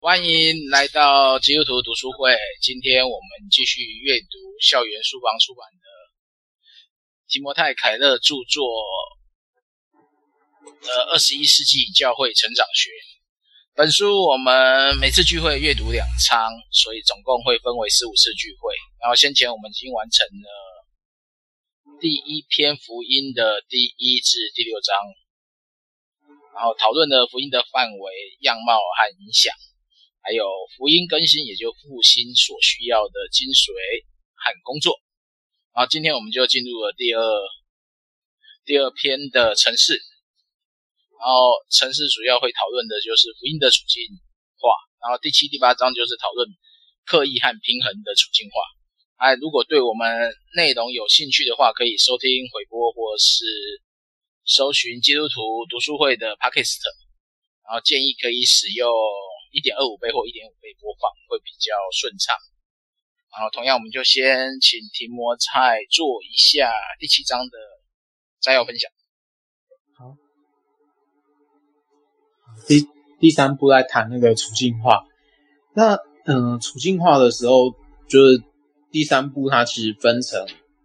欢迎来到基督徒读书会。今天我们继续阅读校园书房出版的提摩太·凯勒著作的21世纪教会成长学。本书我们每次聚会阅读2章，所以总共会分为15次聚会。然后先前我们已经完成了第一篇福音的第1至第6章，然后讨论了福音的范围、样貌和影响，还有福音更新，也就复兴所需要的精髓和工作。然后今天我们就进入了第二篇的程式。然后程式主要会讨论的就是福音的处境化，然后第7、第8章就是讨论刻意和平衡的处境化。如果对我们内容有兴趣的话，可以收听回播或是搜寻基督徒读书会的 Podcast， 然后建议可以使用 1.25 倍或 1.5 倍播放，会比较顺畅。然后同样我们就先请提摩太做一下第7章的摘要分享。 好，第3部来谈那个处境化。那处境化的时候，就是第3部它其实分成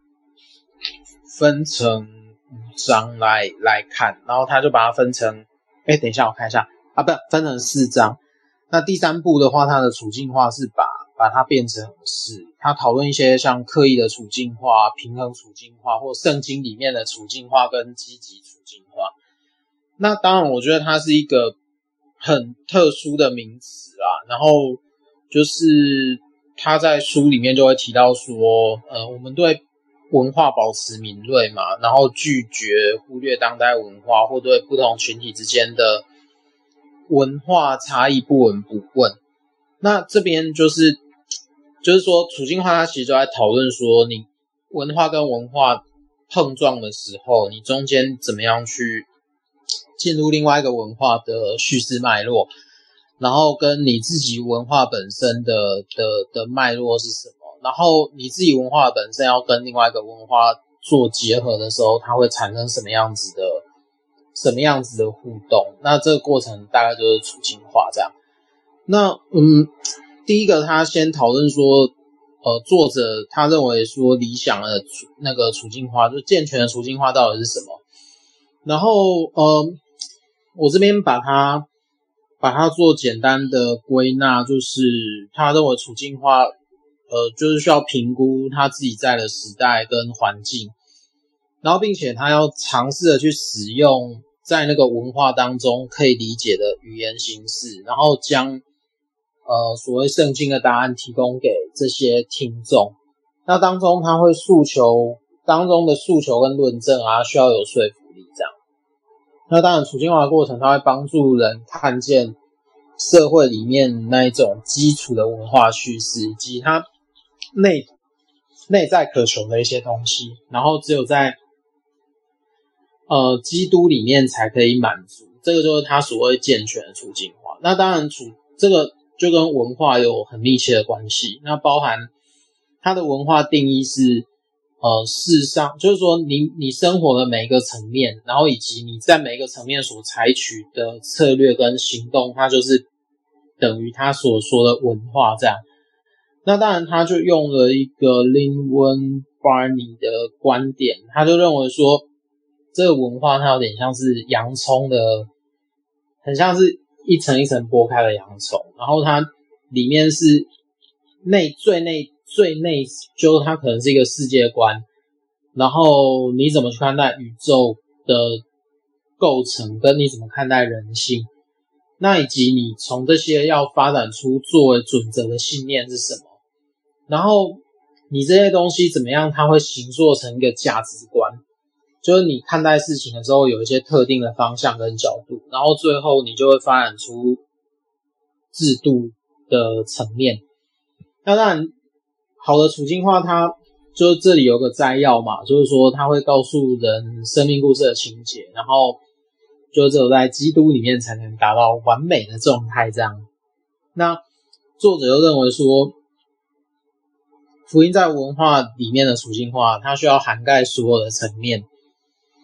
5章来看，然后他就把它分成等一下我看一下分成4章。那第3部的话，它的处境化是把它变成是它讨论一些像刻意的处境化、平衡处境化，或圣经里面的处境化跟积极处境化。那当然我觉得它是一个很特殊的名词啦，然后就是他在书里面就会提到说我们对文化保持敏锐嘛，然后拒绝忽略当代文化或对不同群体之间的文化差异不闻不问。那这边就是说处境化它其实就在讨论说，你文化跟文化碰撞的时候，你中间怎么样去进入另外一个文化的叙事脉络，然后跟你自己文化本身的脉络是什么，然后你自己文化本身要跟另外一个文化做结合的时候，它会产生什么样子的互动。那这个过程大概就是处境化这样。那第一个他先讨论说作者他认为说理想的那个处境化，就健全的处境化到底是什么。然后我这边把它做简单的归纳，就是他认为处境化就是需要评估他自己在的时代跟环境，然后并且他要尝试的去使用在那个文化当中可以理解的语言形式，然后将所谓圣经的答案提供给这些听众。那当中他会当中的诉求跟论证需要有说服力这样。那当然处境化的过程，它会帮助人看见社会里面那一种基础的文化叙事，以及它内在渴求的一些东西，然后只有在基督里面才可以满足。这个就是他所谓健全的处境化。那当然这个就跟文化有很密切的关系，那包含它的文化定义是事实上就是说你生活的每一个层面，然后以及你在每一个层面所采取的策略跟行动，它就是等于他所说的文化这样。那当然他就用了一个 Linwin Barney 的观点，他就认为说这个文化它有点像是洋葱的，很像是一层一层剥开的洋葱，然后它里面是最内就是它可能是一个世界观，然后你怎么去看待宇宙的构成，跟你怎么看待人性，那以及你从这些要发展出作为准则的信念是什么，然后你这些东西怎么样它会形塑成一个价值观，就是你看待事情的时候有一些特定的方向跟角度，然后最后你就会发展出制度的层面。那当然好的处境化它就是这里有个摘要嘛，就是说它会告诉人生命故事的情节，然后就只有在基督里面才能达到完美的状态这样。那作者又认为说福音在文化里面的处境化它需要涵盖所有的层面，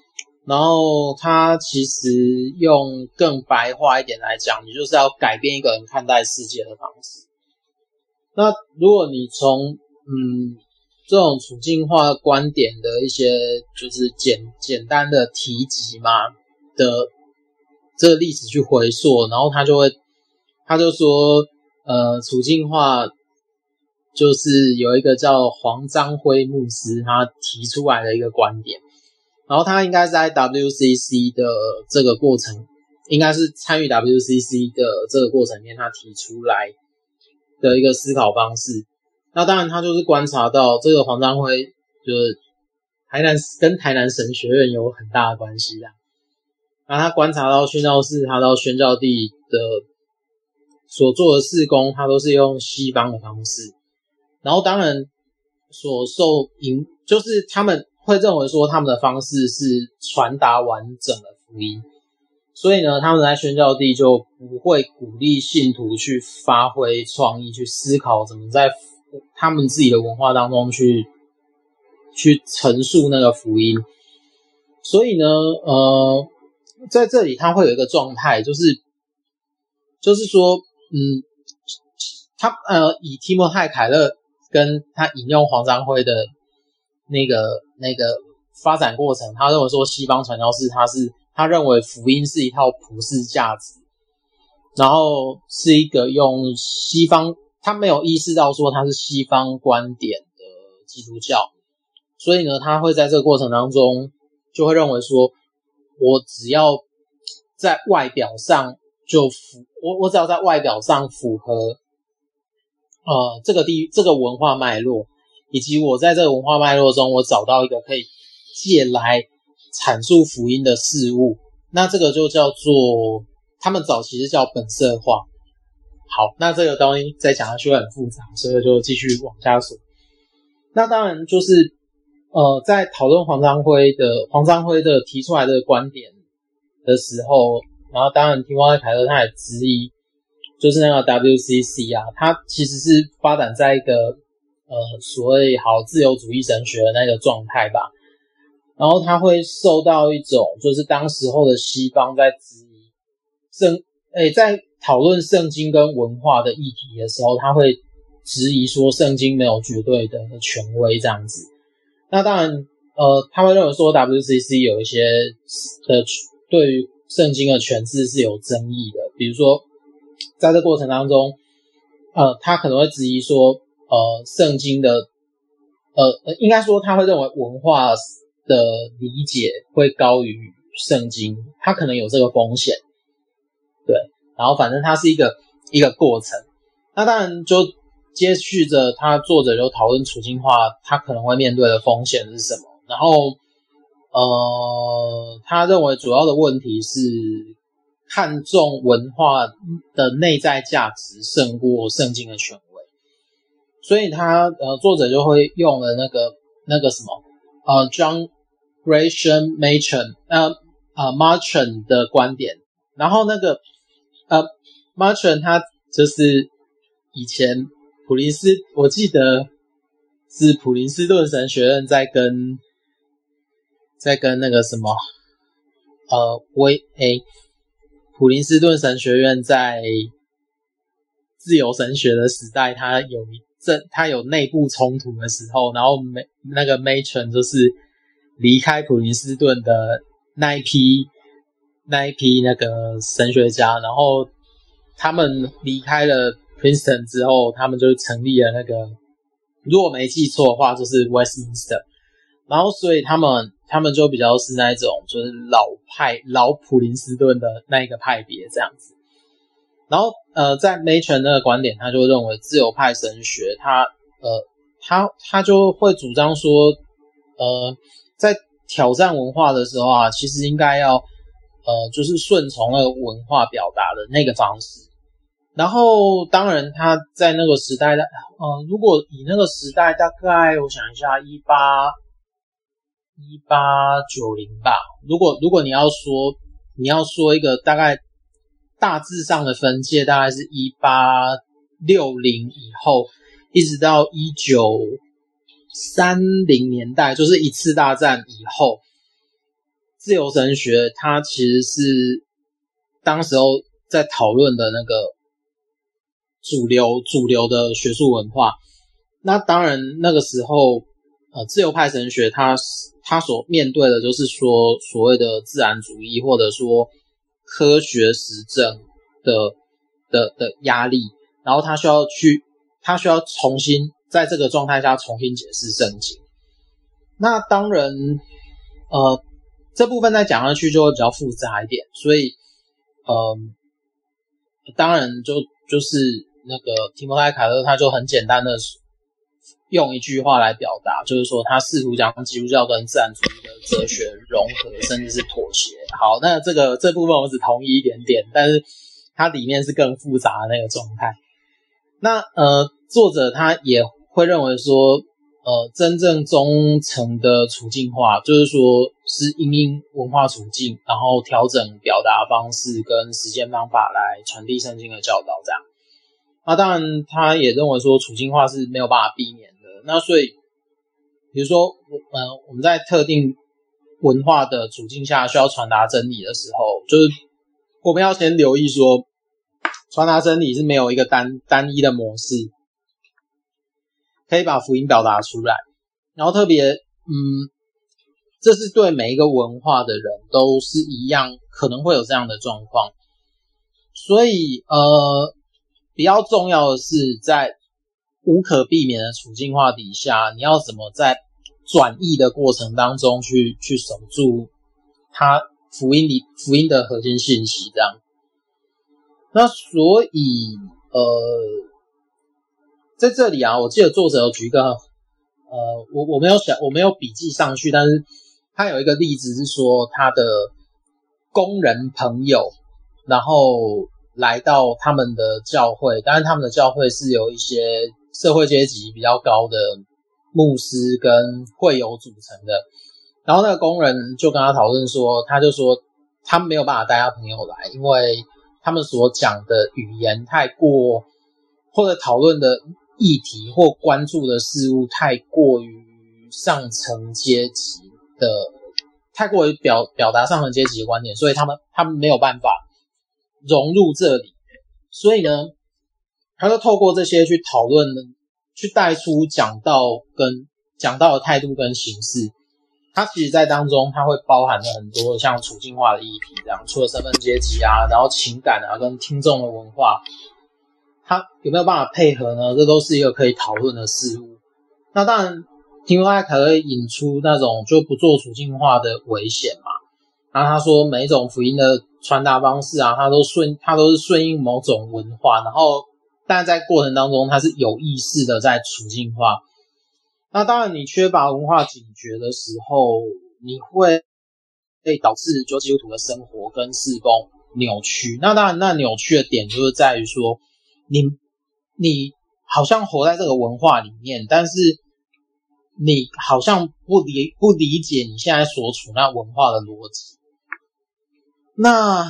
然后他其实用更白话一点来讲，你就是要改变一个人看待世界的方式。那如果你从这种处境化观点的一些就是简单的提及嘛的这个历史去回溯，然后他就说处境化就是有一个叫黄章辉牧师他提出来的一个观点，然后他应该是在 WCC 的这个过程，应该是参与 WCC 的这个过程里面他提出来的一个思考方式。那当然他就是观察到这个黄章辉就是跟台南神学院有很大的关系啦。那他观察到宣教士他到宣教地的所做的事工，他都是用西方的方式，然后当然所受就是他们会认为说他们的方式是传达完整的福音，所以呢他们在宣教地就不会鼓励信徒去发挥创意，去思考怎么在他们自己的文化当中去陈述那个福音。所以呢在这里他会有一个状态，就是说他以提摩太凯勒跟他引用黄章辉的那个发展过程，他认为说西方传教士他认为福音是一套普世价值，然后是一个用西方，他没有意识到说他是西方观点的基督教，所以呢他会在这个过程当中就会认为说我只要在外表上我只要在外表上符合这个文化脉络，以及我在这个文化脉络中我找到一个可以借来阐述福音的事物，那这个就叫做他们早期是叫本色化。好，那这个东西再讲下去会很复杂，所以就继续往下说。那当然就是在讨论黄章辉的提出来的观点的时候，然后当然提摩太凯勒他也质疑就是那个 WCC 啊，它其实是发展在一个所谓自由主义神学的那个状态吧，然后他会受到一种就是当时候的西方在质疑在讨论圣经跟文化的议题的时候，他会质疑说圣经没有绝对的权威这样子。那当然他会认为说 WCC 有一些的对于圣经的诠释是有争议的，比如说在这过程当中他可能会质疑说圣经的应该说他会认为文化的理解会高于圣经，他可能有这个风险。对，然后反正它是一个过程。那当然就接续着他作者就讨论处境化他可能会面对的风险是什么，然后他认为主要的问题是看重文化的内在价值胜过圣经的权威，所以他作者就会用了那个什么John Gresham Machen 的观点，然后那个Machen 他就是以前我记得是普林斯顿神学院在跟那个什么普林斯顿神学院在自由神学的时代，他有内部冲突的时候，然后那个 Machen 就是离开普林斯顿的那一批那个神学家，然后他们离开了 Princeton 之后，他们就成立了那个，如果没记错的话就是 Westminster， 然后所以他们就比较是那一种就是老普林斯顿的那一个派别这样子。然后在 Machen 那个观点，他就认为自由派神学他就会主张说在挑战文化的时候啊，其实应该要就是顺从那个文化表达的那个方式。然后当然他在那个时代如果以那个时代大概我想一下1890吧，如果你要说一个大概大致上的分界，大概是1860以后一直到1930年代，就是一次大战以后， 自由神学它其实是当时候在讨论的那个主流的学术文化。那当然那个时候自由派神学它所面对的就是说所谓的自然主义或者说科学实证的压力，然后他需要重新在这个状态下重新解释圣经。那当然这部分再讲下去就会比较复杂一点，所以当然就是那个提摩太凯勒他就很简单的用一句话来表达，就是说他试图将基督教跟自然主义的哲学融合，甚至是妥协。好，那这部分我只同意一点点，但是它里面是更复杂的那个状态。那作者他也会认为说真正忠诚的处境化，就是说是因应文化处境，然后调整表达方式跟实践方法来传递圣经的教导这样。那当然他也认为说处境化是没有办法避免的。那所以比如说我们在特定文化的处境下需要传达真理的时候，就是我们要先留意说传达真理是没有一个单一的模式可以把福音表达出来，然后特别这是对每一个文化的人都是一样，可能会有这样的状况。所以比较重要的是在无可避免的处境化底下，你要怎么在转译的过程当中去守住它福音的核心信息这样。那所以在这里啊，我记得作者有举一个我没有笔记上去，但是他有一个例子是说他的工人朋友然后来到他们的教会，当然他们的教会是由一些社会阶级比较高的牧师跟会友组成的，然后那个工人就跟他讨论说，他就说他没有办法带他朋友来，因为他们所讲的语言太过，或者讨论的议题或关注的事物太过于上层阶级的，太过于表达上层阶级的观点，所以他们没有办法融入这里。所以呢他就透过这些去讨论，去带出讲道的态度跟形式。它其实在当中它会包含了很多像处境化的议题这样，除了身份阶级啊，然后情感啊跟听众的文化，它有没有办法配合呢？这都是一个可以讨论的事物。那当然提摩太凯勒引出那种就不做处境化的危险嘛。然后他说每一种福音的传达方式啊，它都是顺应某种文化，然后但在过程当中它是有意识的在处境化。那当然你缺乏文化警觉的时候，你会导致就基督徒的生活跟事工扭曲。那当然那扭曲的点就是在于说你好像活在这个文化里面，但是你好像不理解你现在所处那文化的逻辑。那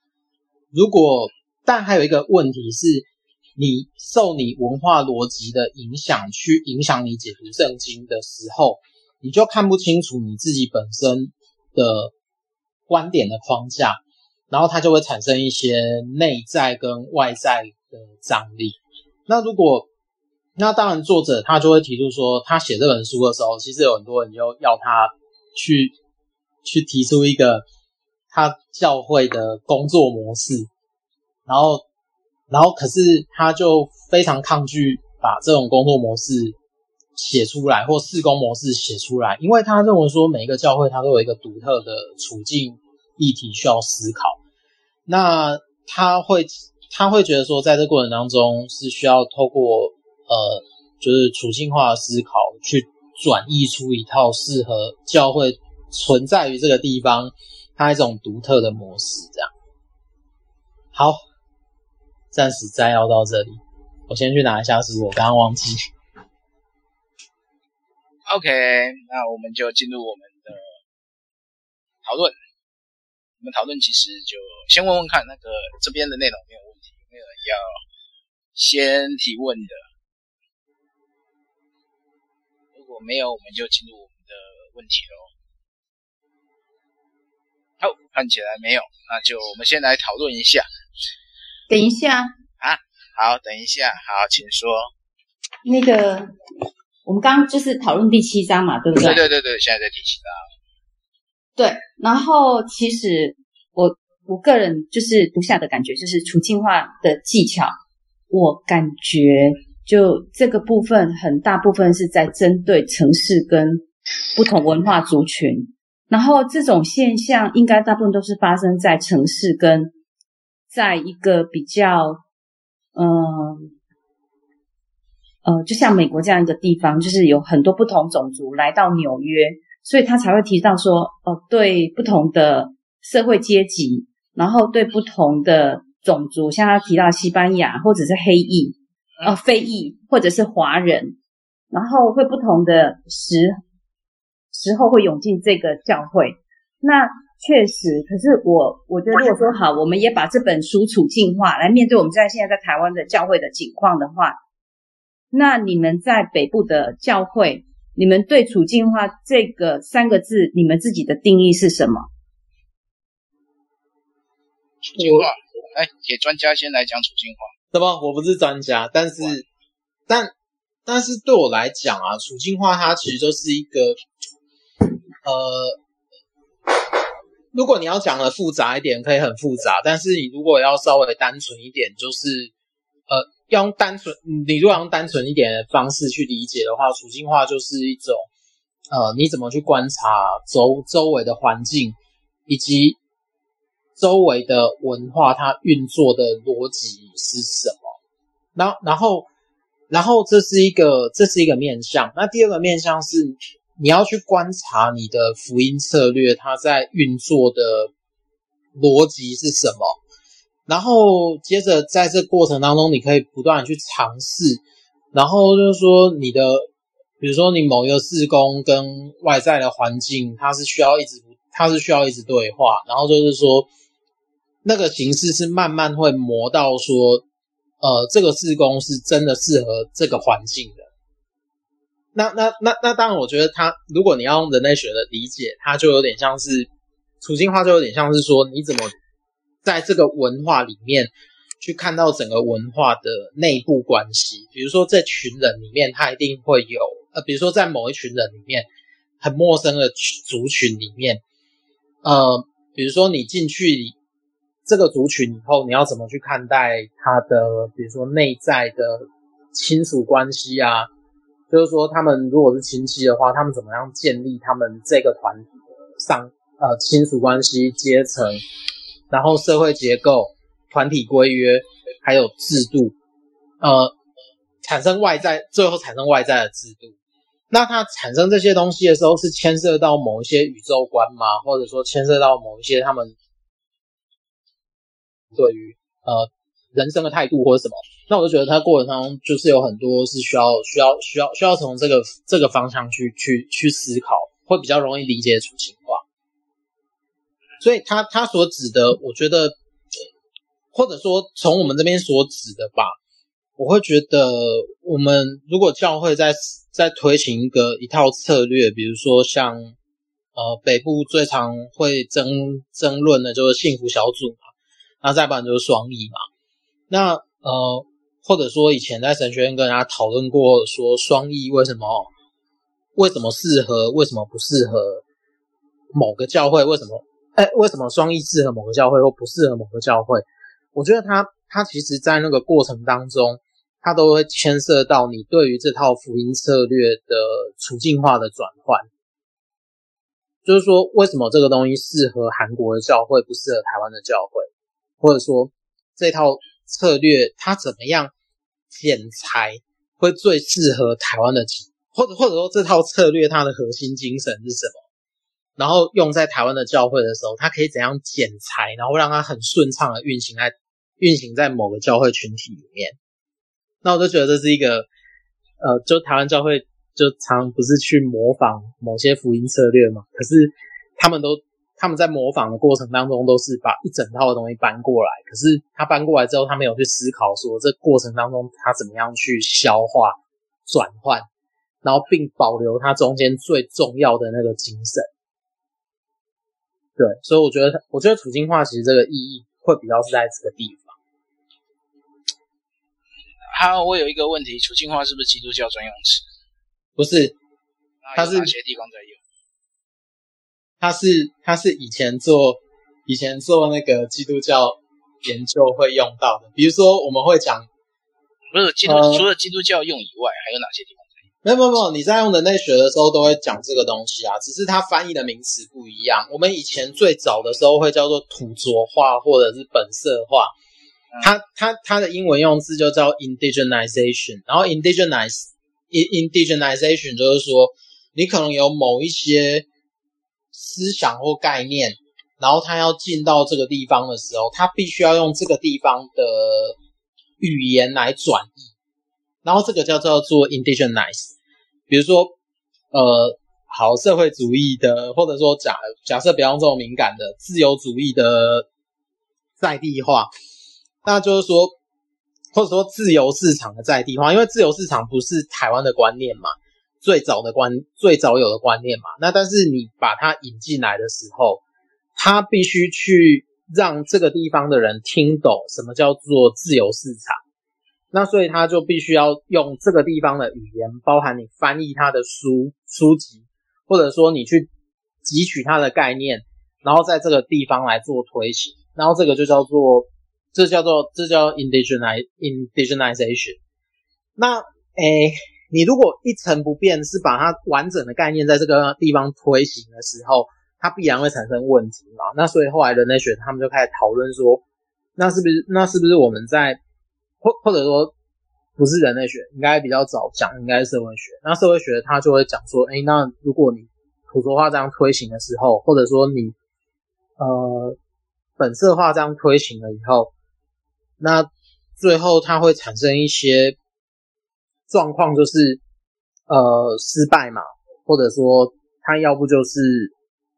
但还有一个问题是，你受你文化逻辑的影响去影响你解读圣经的时候，你就看不清楚你自己本身的观点的框架，然后它就会产生一些内在跟外在的张力。那当然作者他就会提出说，他写这本书的时候，其实有很多人就要他去提出一个他教会的工作模式，然后可是他就非常抗拒把这种工作模式写出来，或事工模式写出来，因为他认为说每一个教会它都有一个独特的处境议题需要思考。那他会觉得说在这过程当中是需要透过就是处境化的思考去转译出一套适合教会存在于这个地方它一种独特的模式这样。好，暂时摘要到这里，我先去拿一下书，我刚刚忘记。 OK， 那我们就进入我们的讨论。我们讨论其实就先问问看那个这边的内容没有问题，有没有人要先提问的？如果没有，我们就进入我们的问题咯。 好，看起来没有，那就我们先来讨论一下。 等一下啊，好，等一下，好，请说。 那个，我们刚刚就是讨论第7章嘛，对不对？ 对，现在在第7章。 对，然后其实我个人就是读下的感觉，就是处境化的技巧，我感觉就这个部分很大部分是在针对城市跟不同文化族群，然后这种现象应该大部分都是发生在城市跟在一个比较就像美国这样一个地方，就是有很多不同种族来到纽约，所以他才会提到说对不同的社会阶级，然后对不同的种族，像他提到西班牙或者是黑裔非裔或者是华人，然后会不同的时候会涌进这个教会。那确实，可是我觉得如果说好，我们也把这本书处境化来面对我们现在在台湾的教会的情况的话，那你们在北部的教会，你们对处境化这个3个字，你们自己的定义是什么？ 处境化，给专家先来讲处境化。 对吧？我不是专家，但是对我来讲啊，处境化它其实就是一个如果你要讲的复杂一点，可以很复杂，但是你如果要稍微单纯一点，就是要用你如果用单纯一点的方式去理解的话，处境化就是一种你怎么去观察周围的环境以及周围的文化它运作的逻辑是什么。然后这是一个面向。那第二个面向是你要去观察你的福音策略它在运作的逻辑是什么，然后接着在这过程当中你可以不断的去尝试，然后就是说比如说你某一个事工跟外在的环境它是需要一直对话，然后就是说那个形式是慢慢会磨到说这个事工是真的适合这个环境的。那当然我觉得如果你要用人类学的理解，它就有点像是处境化，就有点像是说你怎么在这个文化里面去看到整个文化的内部关系。比如说这群人里面它一定会有比如说在某一群人里面很陌生的族群里面比如说你进去这个族群以后，你要怎么去看待他的比如说内在的亲属关系啊，就是说他们如果是亲戚的话，他们怎么样建立他们这个团体的亲属关系、阶层，然后社会结构、团体规约还有制度最后产生外在的制度。那它产生这些东西的时候是牵涉到某一些宇宙观吗？或者说牵涉到某一些他们对于人生的态度或者什么？那我就觉得它过程当中就是有很多是需要从这个方向去思考，会比较容易理解处境化。所以他所指的，我觉得或者说从我们这边所指的吧，我会觉得我们如果教会在推行一套策略，比如说像北部最常会争论的就是幸福小组嘛，那再不然就是双翼嘛。那或者说以前在神学院跟大家讨论过说双翼为什么适合，为什么不适合某个教会，为什么双翼适合某个教会或不适合某个教会。我觉得它其实在那个过程当中它都会牵涉到你对于这套福音策略的处境化的转换，就是说为什么这个东西适合韩国的教会不适合台湾的教会，或者说这套策略它怎么样剪裁会最适合台湾的或者说这套策略它的核心精神是什么，然后用在台湾的教会的时候它可以怎样剪裁，然后让它很顺畅的运行在某个教会群体里面。那我就觉得这是一个就台湾教会就常不是去模仿某些福音策略嘛，可是他们在模仿的过程当中都是把一整套的东西搬过来，可是他搬过来之后他没有去思考说这过程当中他怎么样去消化转换，然后并保留他中间最重要的那个精神。 对，所以我觉得处境化其实这个意义会比较是在这个地方。 好，我有一个问题，处境化是不是基督教专用词？ 不是， 它是哪些地方在用？ 它是以前做那个基督教研究会用到的，比如说我们会讲， 不是除了基督教用以外，还有哪些地方在用？ 没有，你在用人类学的时候都会讲这个东西啊，只是它翻译的名词不一样。我们以前最早的时候会叫做土着化或者是本色化，它的英文用字就叫 indigenization， 然后 indigenization 就是说你可能有某一些思想或概念，然后它要进到这个地方的时候，它必须要用这个地方的语言来转译，然后这个叫做 indigenize。比如说好，社会主义的，或者说假设不要用这种敏感的自由主义的在地化，那就是说或者说自由市场的在地化，因为自由市场不是台湾的观念嘛，最早有的观念嘛，那但是你把它引进来的时候，它必须去让这个地方的人听懂什么叫做自由市场，那所以他就必须要用这个地方的语言，包含你翻译他的书籍，或者说你去汲取他的概念，然后在这个地方来做推行，然后这个就叫做这叫 indigenization。 那你如果一成不变是把它完整的概念在这个地方推行的时候，它必然会产生问题嘛。那所以后来人类学他们就开始讨论说，那是不是我们在或者说不是人类学，应该比较早讲应该是社会学。那社会学它就会讲说，那如果你土着化这样推行的时候，或者说你本色化这样推行了以后，那最后它会产生一些状况，就是失败嘛，或者说它要不就是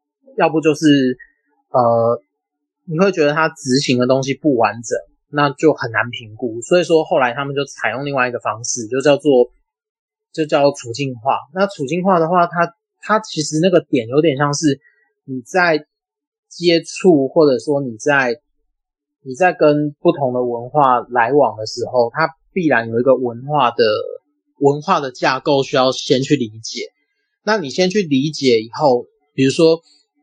你会觉得它执行的东西不完整，那就很难评估。所以说后来他们就采用另外一个方式，就叫处境化。那处境化的话，它其实那个点有点像是你在接触，或者说你在跟不同的文化来往的时候，它必然有一个文化的架构需要先去理解。那你先去理解以后，比如说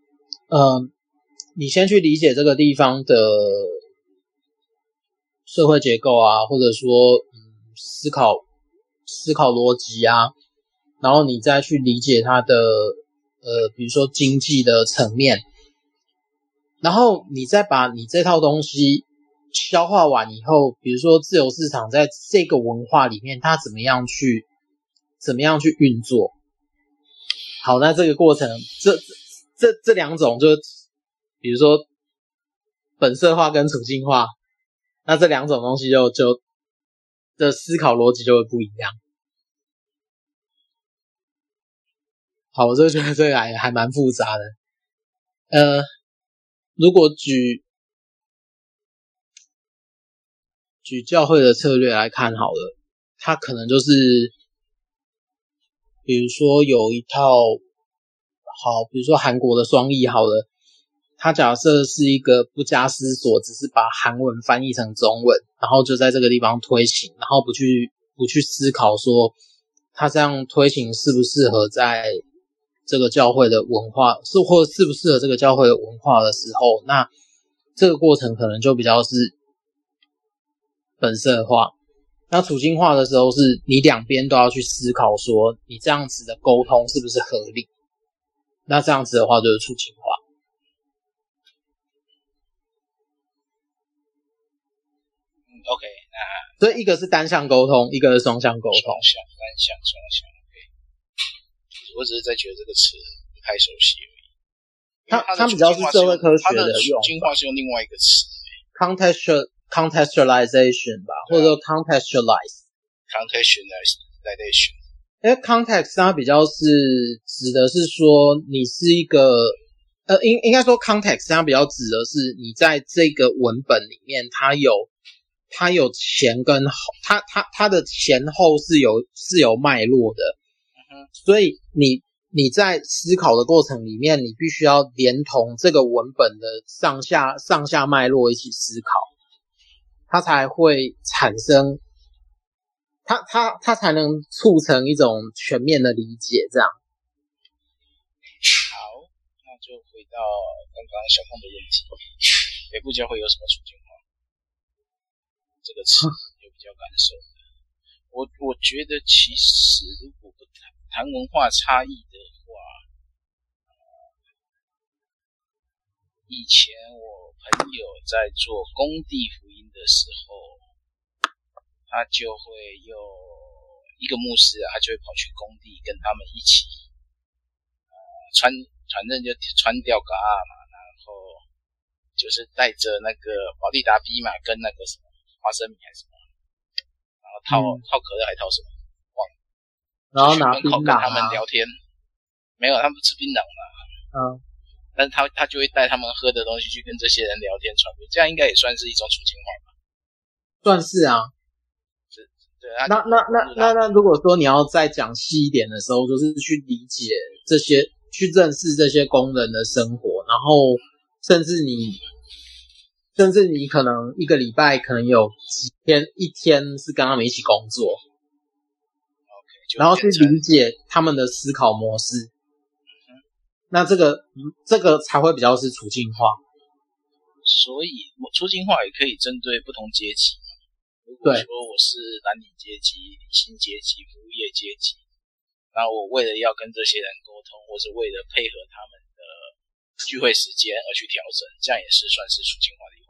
你先去理解这个地方的社会结构啊，或者说思考逻辑啊，然后你再去理解它的比如说经济的层面，然后你再把你这套东西消化完以后，比如说自由市场在这个文化里面它怎么样去运作。好，那这个过程这两种就比如说本色化跟处境化，那这两种东西就的思考逻辑就会不一样。好，我就觉得这个还蛮复杂的。如果举教会的策略来看好了，它可能就是比如说有一套比如说韩国的双译好了，它假设是一个不加思索，只是把韩文翻译成中文，然后就在这个地方推行，然后不去思考说它这样推行适不适合在这个教会的文化，或者适不适合这个教会的文化的时候，那这个过程可能就比较是本色化。那处境化的时候是你两边都要去思考说你这样子的沟通是不是合理，那这样子的话就是处境化。 OK， 那所以一个是单向沟通，一个是双向沟通。 单向，OK。我只是在觉得这个词不太熟悉而已。 它比较是社会科学的用法。它的处境化是用另外一个词 contextualization 吧，或者说 contextualization。因为 context 它比较是指的是说你是一个应该说 context 它比较指的是你在这个文本里面它有前跟后，它的前后是有脉络的。所以你你在思考的过程里面，你必须要连同这个文本的上下脉络一起思考，它才会产生，它才能促成一种全面的理解。这样。 好，那就回到刚刚小凤的问题，北部教会有什么处境化？这个词有比较感受的。我觉得其实如果不谈文化差异的话，以前我朋友在做工地福音的时候，他就会有一个牧师他就会跑去工地跟他们一起反正就穿吊嘎嘛，然后就是带着那个保利达 B 嘛，跟那个什么花生米还是什么，然后套可乐还套什么忘了， 然后拿槟榔跟他们聊天，没有，他们不吃槟榔嘛，但是他就会带他们喝的东西去跟这些人聊天传福音，这样应该也算是一种处境化吧？ 算是啊。 对， 那如果说你要再讲细一点的时候，就是去理解这些，去认识这些工人的生活，然后甚至你可能一个礼拜可能有一天是跟他们一起工作， okay， 然后去理解他们的思考模式，那这个才会比较是处境化。 所以处境化也可以针对不同阶级。如果说我是蓝领阶级、理性阶级、服务业阶级，那我为了要跟这些人沟通，或是为了配合他们的聚会时间而去调整，这样也是算是处境化的一环。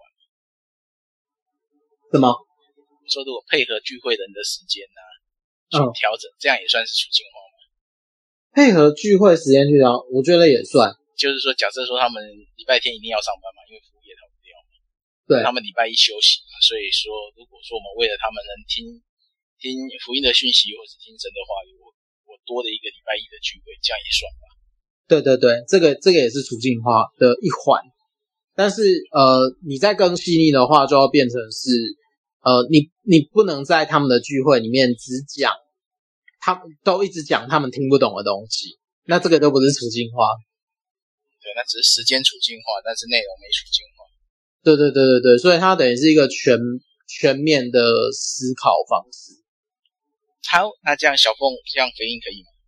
什么？ 说如果配合聚会人的时间去调整，这样也算是处境化吗？ 配合聚会时间去调，我觉得也算。 就是说，假设说他们礼拜天一定要上班嘛，因为服务业逃不掉嘛。 对。 他们礼拜一休息嘛，所以说，如果说我们为了他们能听福音的讯息，或是听神的话语，我多了一个礼拜一的聚会，这样也算吧？ 对对对，这个也是处境化的一环。但是你再更细腻的话，就要变成是你不能在他们的聚会里面只讲他们都一直讲他们听不懂的东西，那这个都不是处境化。 对，那只是时间处境化，但是内容没处境化。 对，所以它等于是一个全面的思考方式。 好，那这样小凤这样回应可以吗？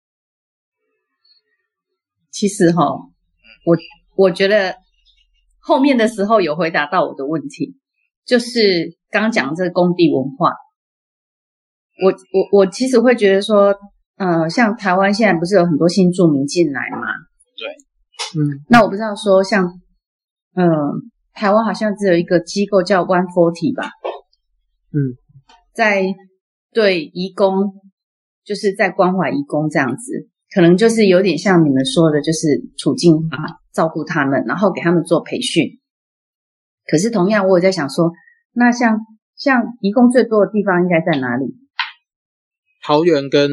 其实我觉得后面的时候有回答到我的问题，就是刚刚讲这个工地文化。我其实会觉得说，像台湾现在不是有很多新住民进来嘛？ 对。 那我不知道说像台湾好像只有一个机构叫 140 吧。在对移工，就是在关怀移工这样子，可能就是有点像你们说的，就是处境化照顾他们，然后给他们做培训。可是同样我也在想说，那像移工最多的地方应该在哪里？ 桃园跟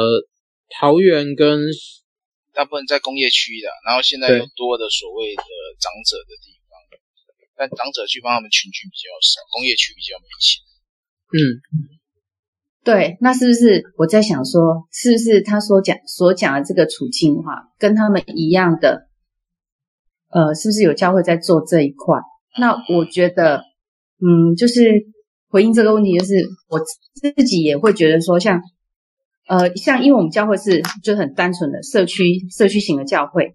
大部分在工业区的，然后现在又多的所谓的长者的地方，但长者去帮他们群聚比较少，工业区比较明显。 对，那是不是我在想说，是不是他所讲的这个处境化跟他们一样的，是不是有教会在做这一块？那我觉得，就是回应这个问题，就是我自己也会觉得说像因为我们教会就很单纯的社区型的教会，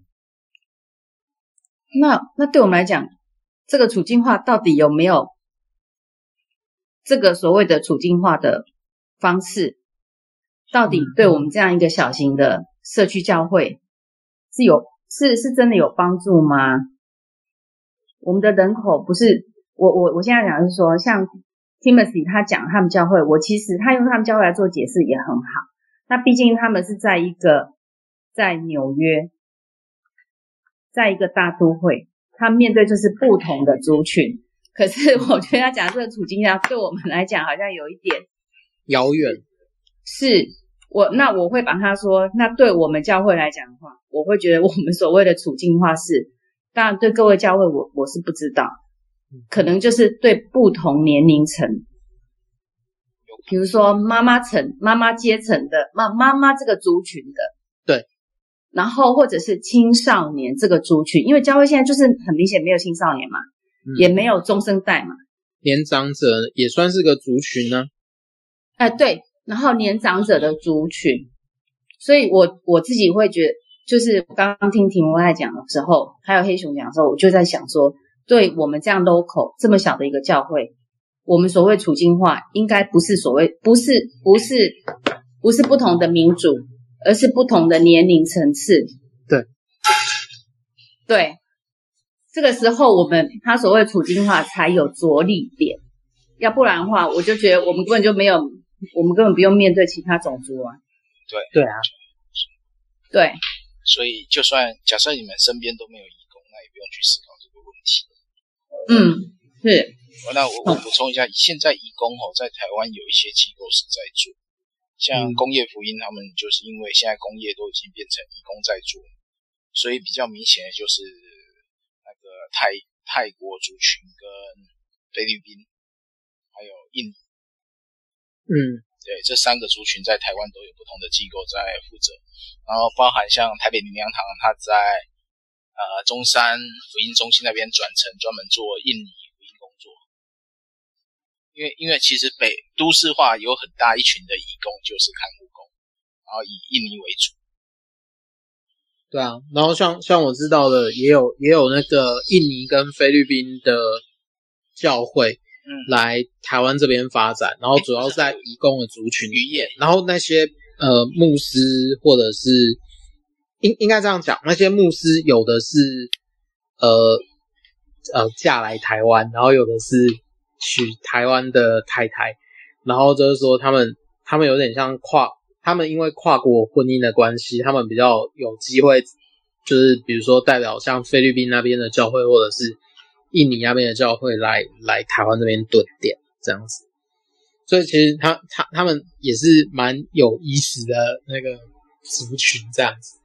那对我们来讲，这个处境化到底有没有这个所谓的处境化的方式，到底对我们这样一个小型的社区教会是真的有帮助吗？我们的人口不是我现在讲的是说，像 Timothy 他讲他们教会，我其实他用他们教会来做解释也很好。那毕竟他们是在纽约，在一个大都会，他面对就是不同的族群。可是我觉得他讲这个处境下，对我们来讲好像有一点遥远。 是那我会把他说，那对我们教会来讲的话，我会觉得我们所谓的处境化是，当然对各位教会我是不知道，可能就是对不同年龄层，比如说妈妈阶层的妈妈这个族群的， 对， 然后或者是青少年这个族群，因为教会现在就是很明显没有青少年嘛，也没有中生代嘛， 年长者也算是个族群呢。 对，然后年长者的族群，所以我自己会觉得，就是我刚刚听婷文在讲的时候，还有黑熊讲的时候，我就在想说，对我们这样 local 这么小的一个教会，我们所谓处境化，应该不是所谓不是不同的民主，而是不同的年龄层次。对，这个时候他所谓处境化才有着力点，要不然的话，我就觉得我们根本不用面对其他种族啊。 对啊， 对。 所以就算假设你们身边都没有移工，那也不用去思考这个问题。 是。 那我补充一下，现在移工在台湾有一些机构是在做，像工业福音他们就是因为现在工业都已经变成移工在做，所以比较明显的就是那个泰国族群跟菲律宾还有印尼。对，这3个族群在台湾都有不同的机构在负责，然后包含像台北灵粮堂，它在中山福音中心那边转成专门做印尼福音工作。因为其实都市化有很大一群的移工就是看护工，然后以印尼为主。 对啊，然后像我知道的也有那个印尼跟菲律宾的教会来台湾这边发展，然后主要在移工的族群里面，然后那些牧师或者是应该这样讲，那些牧师有的是嫁来台湾，然后有的是娶台湾的太太，然后就是说他们有点像他们因为跨国婚姻的关系，他们比较有机会，就是比如说代表像菲律宾那边的教会或者是印尼那边的教会来台湾这边蹲点这样子，所以其实他们也是蛮有意思的那个族群这样子。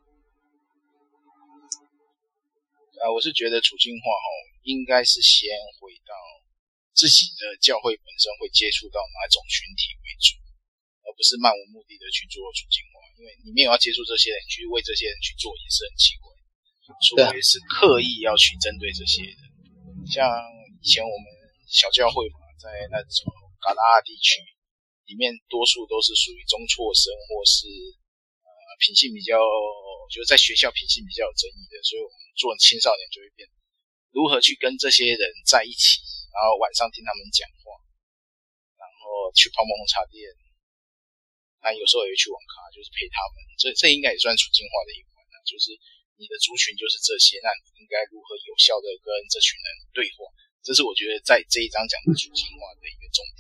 我是觉得处境化应该是先回到自己的教会本身会接触到哪种群体为主，而不是漫无目的的去做处境化，因为你没有要接触这些人，去为这些人去做也是很奇怪，除非是刻意要去针对这些人。像以前我们小教会嘛，在那种嘎拉地区里面，多数都是属于中辍生或是品性比较，就是在学校品性比较有争议的，所以我们做青少年就会变如何去跟这些人在一起，然后晚上听他们讲话，然后去泡沫红茶店，那有时候也会去网咖，就是陪他们。这应该也算处境化的一环啊，就是你的族群就是这些，那你应该如何有效的跟这群人对话？这是我觉得在这一章讲的处境化的一个重点。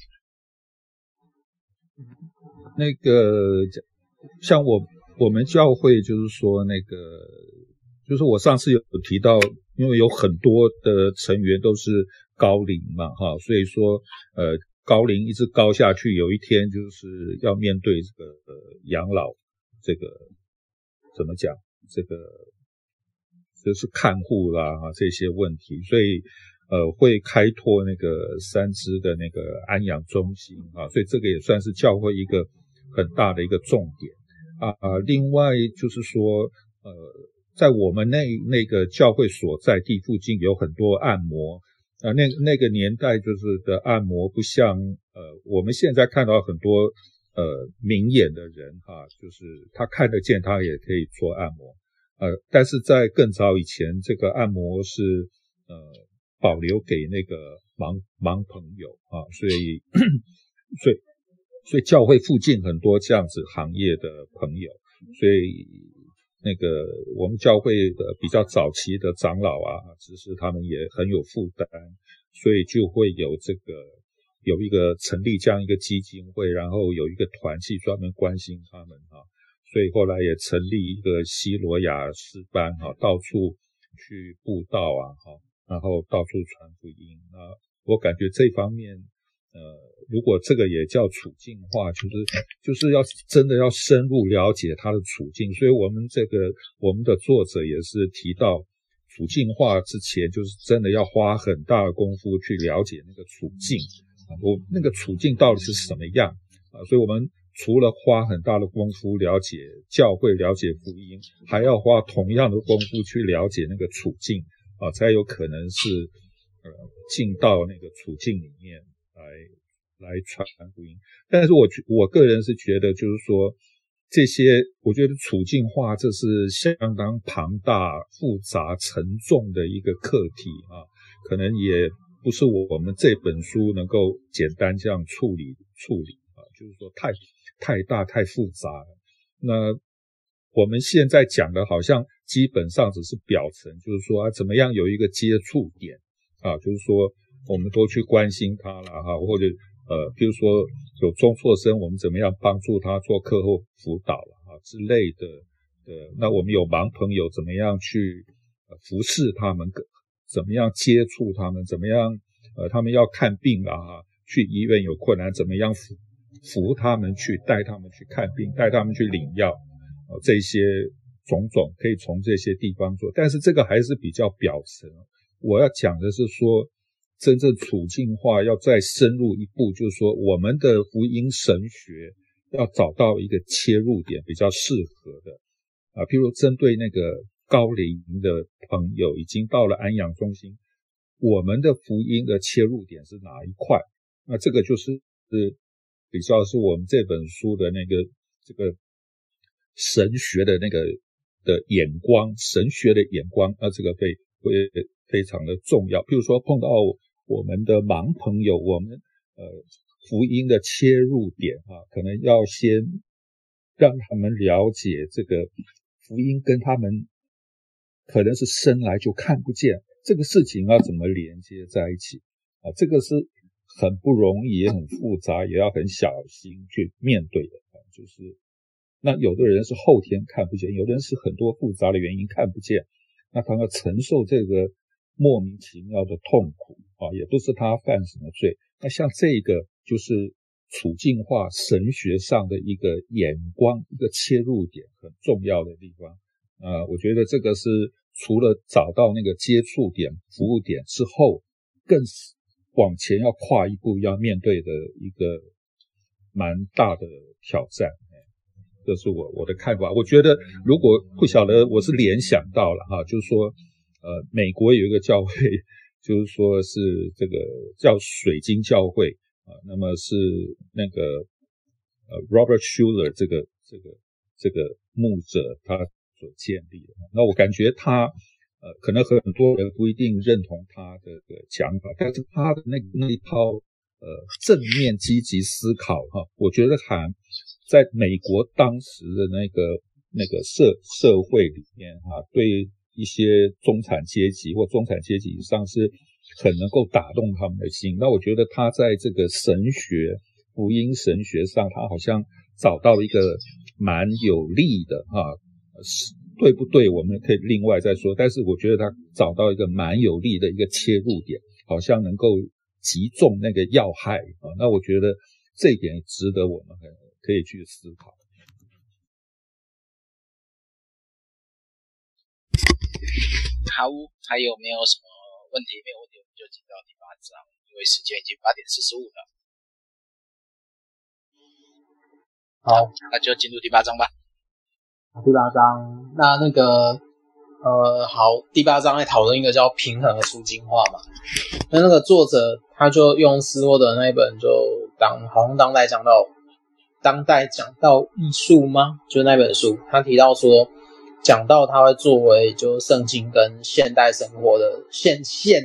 那个像我们教会就是说就是我上次有提到，因为有很多的成员都是高龄嘛所以说高龄一直高下去，有一天就是要面对这个养老，这个怎么讲，这个就是看护啦这些问题，所以会开拓那个3支的那个安养中心所以这个也算是教会一个很大的一个重点另外就是说在我们那个教会所在地附近有很多按摩那个年代就是的按摩不像我们现在看到很多明眼的人就是他看得见他也可以做按摩但是在更早以前这个按摩是保留给那个盲朋友所以教会附近很多这样子行业的朋友，所以那个我们教会的比较早期的长老只是他们也很有负担，所以就会有一个成立这样一个基金会，然后有一个团去专门关心他们所以后来也成立一个西罗亚诗班到处去布道然后到处传福音我感觉这方面如果这个也叫处境化，就是要真的要深入了解他的处境，所以我们的作者也是提到处境化之前，就是真的要花很大的功夫去了解那个处境那个处境到底是什么样所以我们除了花很大的功夫了解教会、了解福音，还要花同样的功夫去了解那个处境啊，才有可能是进到那个处境里面来传福音。但是我个人是觉得，就是说这些，我觉得处境化这是相当庞大、复杂、沉重的一个课题啊，可能也不是我们这本书能够简单这样处理啊，就是说太大太复杂了。那我们现在讲的好像基本上只是表层，就是说怎么样有一个接触点啊，就是说我们都去关心他了哈，或者比如说有中辍生，我们怎么样帮助他做课后辅导了啊之类的。那我们有盲朋友怎么样去服侍他们，怎么样接触他们，怎么样他们要看病啊，去医院有困难，怎么样扶他们去，带他们去看病，带他们去领药，这些种种可以从这些地方做，但是这个还是比较表层。我要讲的是说，真正处境化要再深入一步，就是说我们的福音神学要找到一个切入点比较适合的啊，譬如针对那个高龄的朋友已经到了安养中心，我们的福音的切入点是哪一块？那这个就是比较是我们这本书的那个这个神学的那个的眼光，神学的眼光，这个会非常的重要。譬如说碰到我们的盲朋友，我们福音的切入点啊，可能要先让他们了解这个福音跟他们可能是生来就看不见，这个事情要怎么连接在一起啊？这个是很不容易，也很复杂，也要很小心去面对的啊。就是那有的人是后天看不见，有的人是很多复杂的原因看不见，那他要承受这个莫名其妙的痛苦啊，也不是他犯什么罪。那像这个就是处境化神学上的一个眼光，一个切入点很重要的地方。我觉得这个是除了找到那个接触点、服务点之后，更往前要跨一步要面对的一个蛮大的挑战。这是我的看法。我觉得如果不晓得，我是联想到了哈，就是说美国有一个教会，就是说是这个叫水晶教会啊，那么是那个Robert Schuller 这个牧者他所建立的。那我感觉他可能很多人不一定认同他的讲法，但是他的那一套正面积极思考哈，我觉得在美国当时的那个社会里面哈，对一些中产阶级或中产阶级以上是很能够打动他们的心。那我觉得他在这个神学、福音神学上，他好像找到一个蛮有利的对不对我们可以另外再说，但是我觉得他找到一个蛮有利的一个切入点，好像能够击中那个要害啊。那我觉得这一点值得我们可以去思考。 好，还有没有什么问题？没有问题，我们就进到第8章，因为时间已经8点45了。 好， 那就进入第8章吧。 第8章，好，第8章在讨论一个叫平衡的处境化嘛。那个作者他就用斯多德那一本就好像当代讲到艺术吗？就那本书，他提到说，讲到他会作为就圣经跟现代生活的现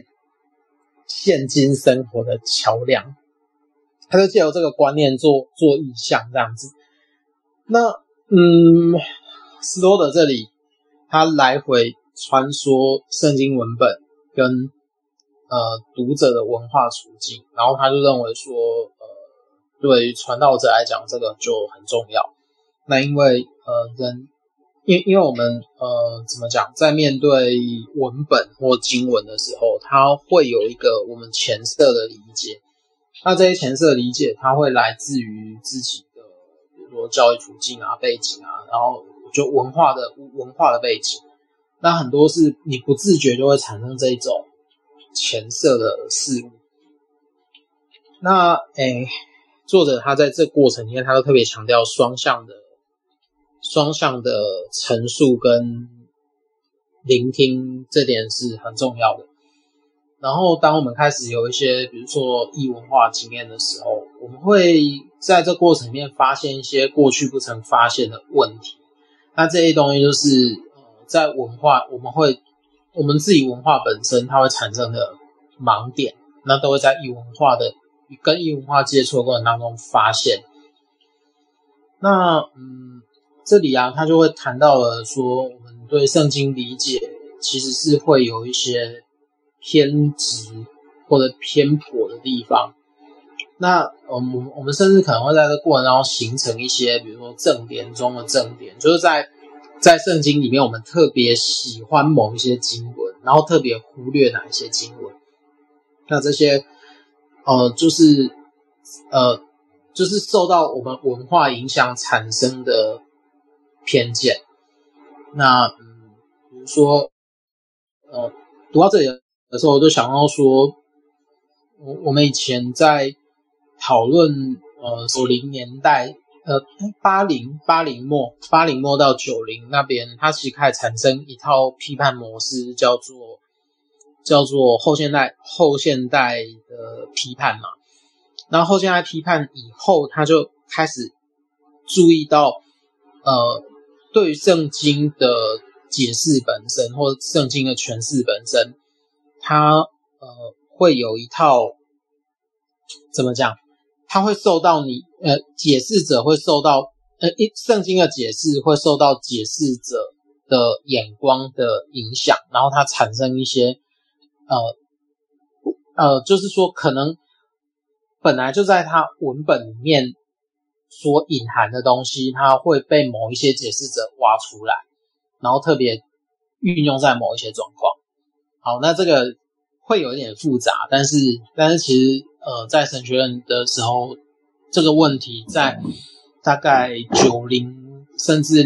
今生活的桥梁，他就借由这个观念做意象这样子。那斯多德这里他来回穿梭圣经文本跟读者的文化处境，然后他就认为说对于传道者来讲这个就很重要。那因为因为我们怎么讲，在面对文本或经文的时候，它会有一个我们前设的理解。那这些前设理解它会来自于自己的比如说教育处境啊、背景啊，然后就文化的背景。那很多是你不自觉就会产生这种前设的事物。那作者他在这过程里面，他都特别强调双向的陈述跟聆听，这点是很重要的。然后当我们开始有一些比如说异文化经验的时候，我们会在这过程里面发现一些过去不曾发现的问题。那这些东西就是在文化我们自己文化本身它会产生的盲点，那都会在跟异文化接触的过程当中发现。那这里啊，他就会谈到了说，我们对圣经理解其实是会有一些偏执或者偏颇的地方。那我们甚至可能会在这个过程当中形成一些，比如说正典中的正典，就是在圣经里面我们特别喜欢某一些经文，然后特别忽略哪一些经文。那这些就是受到我们文化影响产生的偏见。那比如说读到这里的时候，我就想到说，我们以前在讨论90年代80末到90那边，它其实开始产生一套批判模式，叫做后现代的批判嘛。然后后现代批判以后，他就开始注意到对于圣经的解释本身或者圣经的诠释本身，它会有一套怎么讲？它会受到解释者会受到圣经的解释会受到解释者的眼光的影响，然后它产生一些就是说可能本来就在它文本里面所隐含的东西，它会被某一些解释者挖出来，然后特别运用在某一些状况。好，那这个会有一点复杂，但是其实在神学院的时候，这个问题在大概90甚至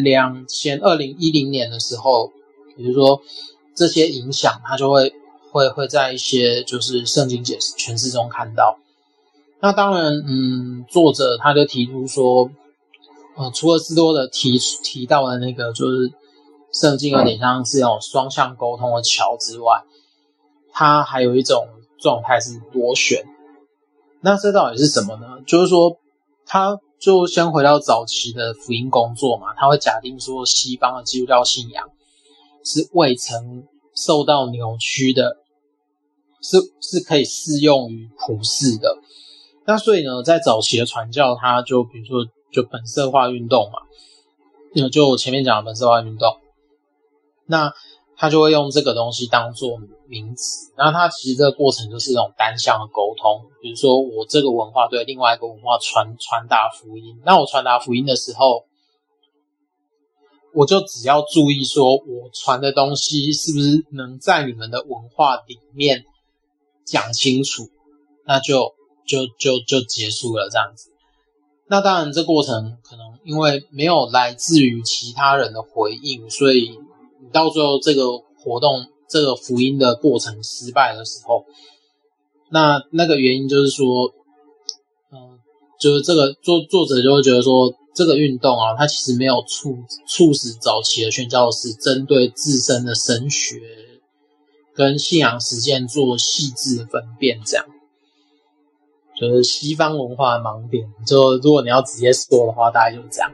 2010年的时候，比如说这些影响，它就会在一些就是圣经诠释中看到。那当然作者他就提出说除了斯多的提到的那个就是圣经有点像是那种双向沟通的桥之外，它还有一种状态是螺旋。那这到底是什么呢？就是说他就先回到早期的福音工作嘛，他会假定说西方的基督教信仰是未曾受到扭曲的，是可以适用于普世的。那所以呢，在早期的传教，它就比如说就本色化运动嘛，就我前面讲的本色化运动，那他就会用这个东西当作名词。那他其实这个过程就是一种单向的沟通，比如说我这个文化对另外一个文化传达福音，那我传达福音的时候，我就只要注意说我传的东西是不是能在你们的文化里面讲清楚，那就结束了这样子。那当然这过程可能因为没有来自于其他人的回应，所以你到最后这个活动这个福音的过程失败的时候，那个原因就是说就是这个作者就会觉得说这个运动啊，它其实没有促使早期的宣教士针对自身的神学跟信仰实践做细致的分辨，这样就是西方文化的盲点，就如果你要直接说的话，大概就是这样。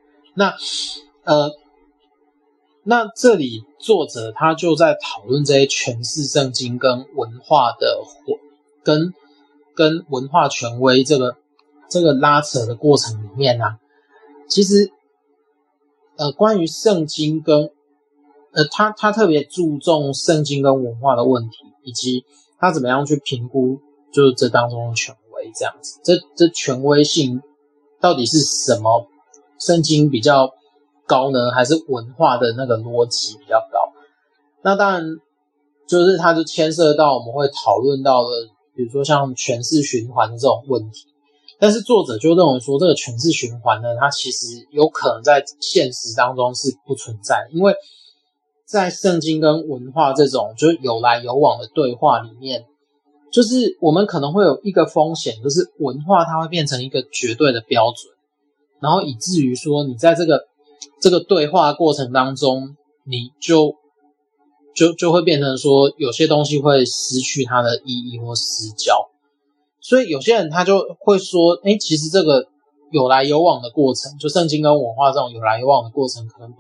那这里作者他就在讨论这些诠释圣经跟文化的跟文化权威这个拉扯的过程里面啊，其实关于圣经跟他特别注重圣经跟文化的问题，以及他怎么样去评估就是这当中的权威这样子。这权威性到底是什么？圣经比较高呢，还是文化的那个逻辑比较高？那当然就是它就牵涉到我们会讨论到的，比如说像诠释循环的这种问题。但是作者就认为说这个诠释循环呢，它其实有可能在现实当中是不存在的，因为在圣经跟文化这种就是有来有往的对话里面， 就是我们可能会有一个风险，就是文化它会变成一个绝对的标准，然后以至于说你在这个对话过程当中，你就会变成说有些东西会失去它的意义或失焦。所以有些人他就会说，其实这个有来有往的过程，就圣经跟文化这种有来有往的过程，可能不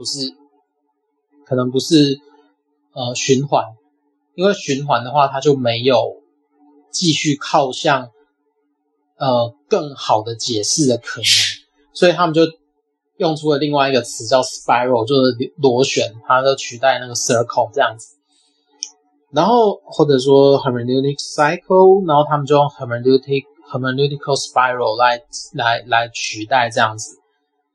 是循环，因为循环的话，它就没有继续靠向更好的解释的可能，所以他们就用出了另外一个词叫 spiral， 就是螺旋，它就取代那个 circle 这样子。然后或者说 hermeneutic cycle， 然后他们就用 hermeneutical spiral 来取代这样子。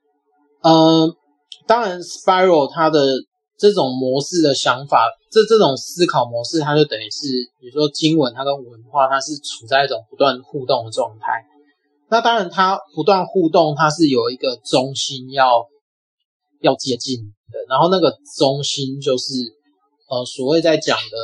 当然 spiral 它的这种模式的想法，这种思考模式，它就等于是比如说经文它跟文化它是处在一种不断互动的状态。那当然它不断互动，它是有一个中心要接近的，然后那个中心就是所谓在讲的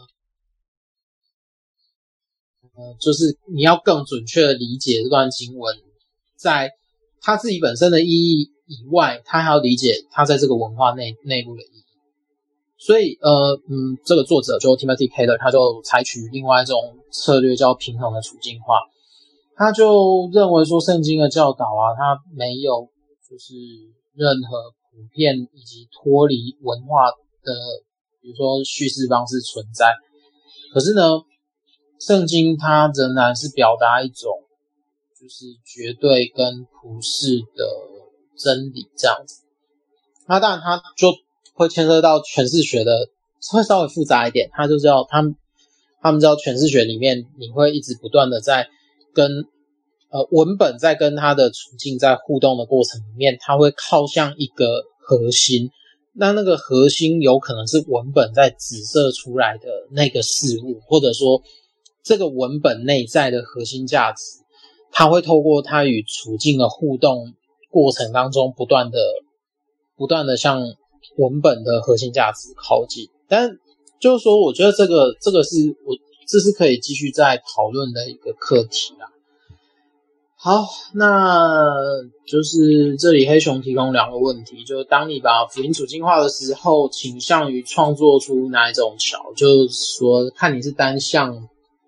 就是你要更准确的理解这段经文在它自己本身的意义以外，它还要理解它在这个文化内部的意义。所以这个作者就 Timothy Keller 他就采取另外一种策略叫平衡的处境化。他就认为说圣经的教导啊，它没有就是任何普遍以及脱离文化的比如说叙事方式存在。可是呢，圣经它仍然是表达一种就是绝对跟普世的真理这样子。那当然它就会牵涉到诠释学的，会稍微复杂一点。它就叫他们知道诠释学里面你会一直不断的在跟文本在跟它的处境在互动的过程里面，它会靠向一个核心。那个核心有可能是文本在指射出来的那个事物，或者说这个文本内在的核心价值，它会透过它与处境的互动过程当中不断的向文本的核心价值靠近。但就是说我觉得这是可以继续再讨论的一个课题啦。好，那就是这里黑熊提供两个问题，就是当你把福音处境化的时候，倾向于创作出哪一种桥，就是说看你是单向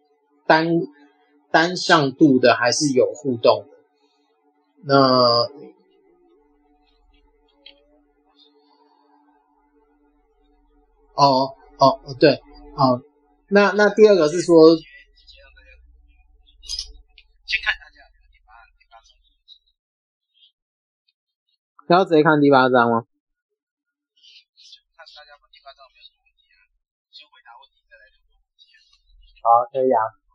度的还是有互动的。那对，那第二个是说先看大家第八章， 然后直接看第8章吗？ 看大家第8章有没有什么问题啊？先回答问题再来讨论问题啊。 好，可以啊。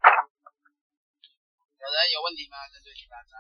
有人有问题吗？针对第8章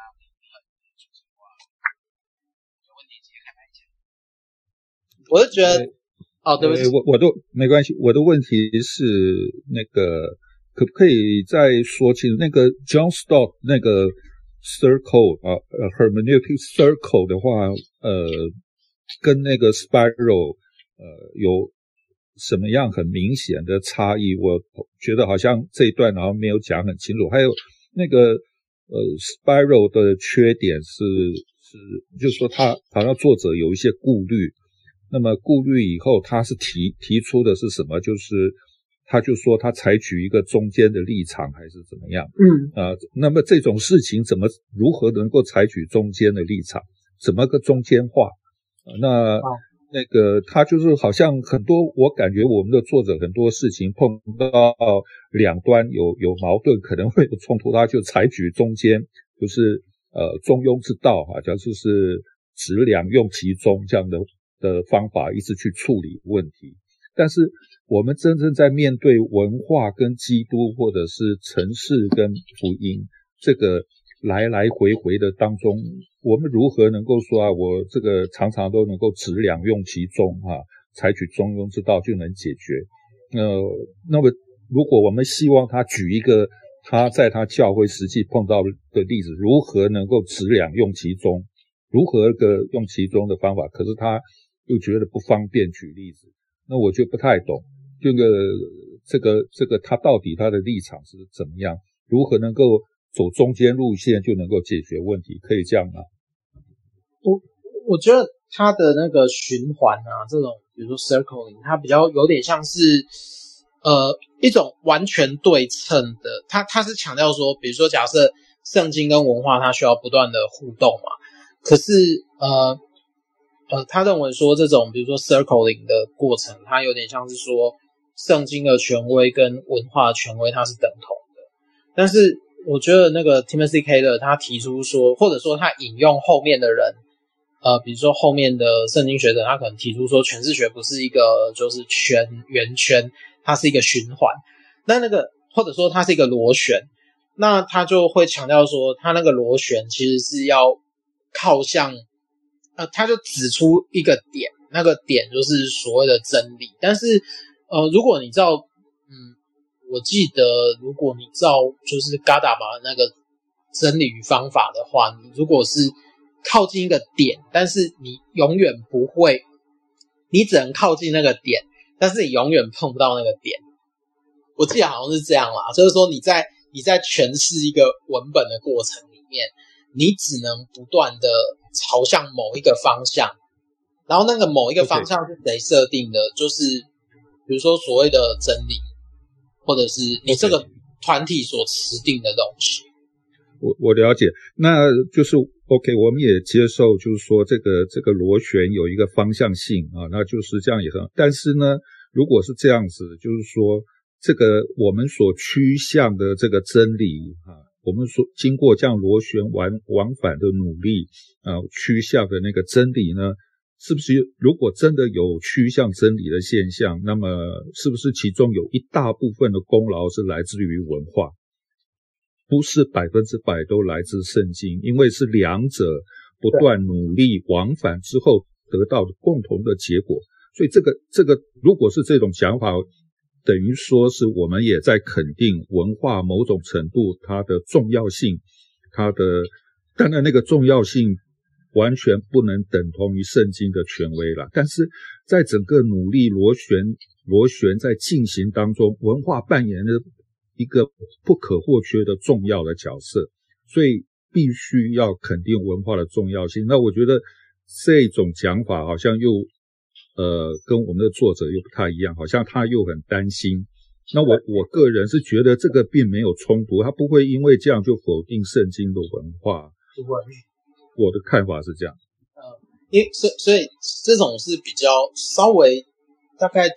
有问题直接看哪一节？ 我是觉得对不起， 我都没关系。我的问题是那个可不可以再说清楚那个 John Stott 那个 circle hermeneutic circle 的话，跟那个 spiral 有什么样很明显的差异？我觉得好像这一段好像没有讲很清楚。还有那个spiral 的缺点是就是说他好像作者有一些顾虑。那么顾虑以后他是提出的是什么？就是他就说他采取一个中间的立场还是怎么样？那么这种事情如何能够采取中间的立场？怎么个中间化？那个他就是好像很多，我感觉我们的作者很多事情碰到两端有矛盾，可能会有冲突，他就采取中间，就是中庸之道就是质量用其中这样的方法一直去处理问题。但是我们真正在面对文化跟基督或者是城市跟福音这个来来回回的当中，我们如何能够说我这个常常都能够质量用其中采取中庸之道就能解决。那么如果我们希望他举一个他在他教会实际碰到的例子，如何能够质量用其中，如何个用其中的方法，可是他又觉得不方便举例子，那我就不太懂。这个这个他到底他的立场是怎么样，如何能够走中间路线就能够解决问题，可以这样吗？ 我觉得它的那个循环啊，这种比如说 circling， 它比较有点像是一种完全对称的，它是强调说，比如说假设圣经跟文化它需要不断的互动嘛，可是他认为说这种比如说 circling 的过程，它有点像是说圣经的权威跟文化的权威它是等同的，但是我觉得那个 Timothy Keller 他提出说，或者说他引用后面的人比如说后面的圣经学者，他可能提出说诠释学不是一个就是圆圈，它是一个循环，那个或者说它是一个螺旋，那他就会强调说他那个螺旋其实是要靠向他就指出一个点，那个点就是所谓的真理，但是如果你照我记得如果你照就是嘎达玛那个真理与方法的话，你如果是靠近一个点，但是你永远不会，你只能靠近那个点，但是你永远碰不到那个点。我记得好像是这样啦，就是说你在诠释一个文本的过程里面，你只能不断的朝向某一个方向，然后那个某一个方向是谁设定的，就是比如说所谓的真理，或者是你这个团体所持定的东西。 我了解，那就是 OK， 我们也接受，就是说这个螺旋有一个方向性啊，那就是这样也很好。但是呢，如果是这样子，就是说这个我们所趋向的这个真理啊，我们所经过这样螺旋往返的努力趋向的那个真理呢，是不是如果真的有趋向真理的现象，那么是不是其中有一大部分的功劳是来自于文化？不是100%都来自圣经，因为是两者不断努力往返之后得到的共同的结果。所以这个如果是这种想法，等于说是我们也在肯定文化某种程度它的重要性，当然那个重要性完全不能等同于圣经的权威啦，但是在整个努力螺旋在进行当中，文化扮演的一个不可或缺的重要的角色，所以必须要肯定文化的重要性。那我觉得这种讲法好像又跟我们的作者又不太一样，好像他又很担心。那我个人是觉得这个并没有冲突，他不会因为这样就否定圣经的文化。 不会，我的看法是这样。 因为所以这种是比较稍微大概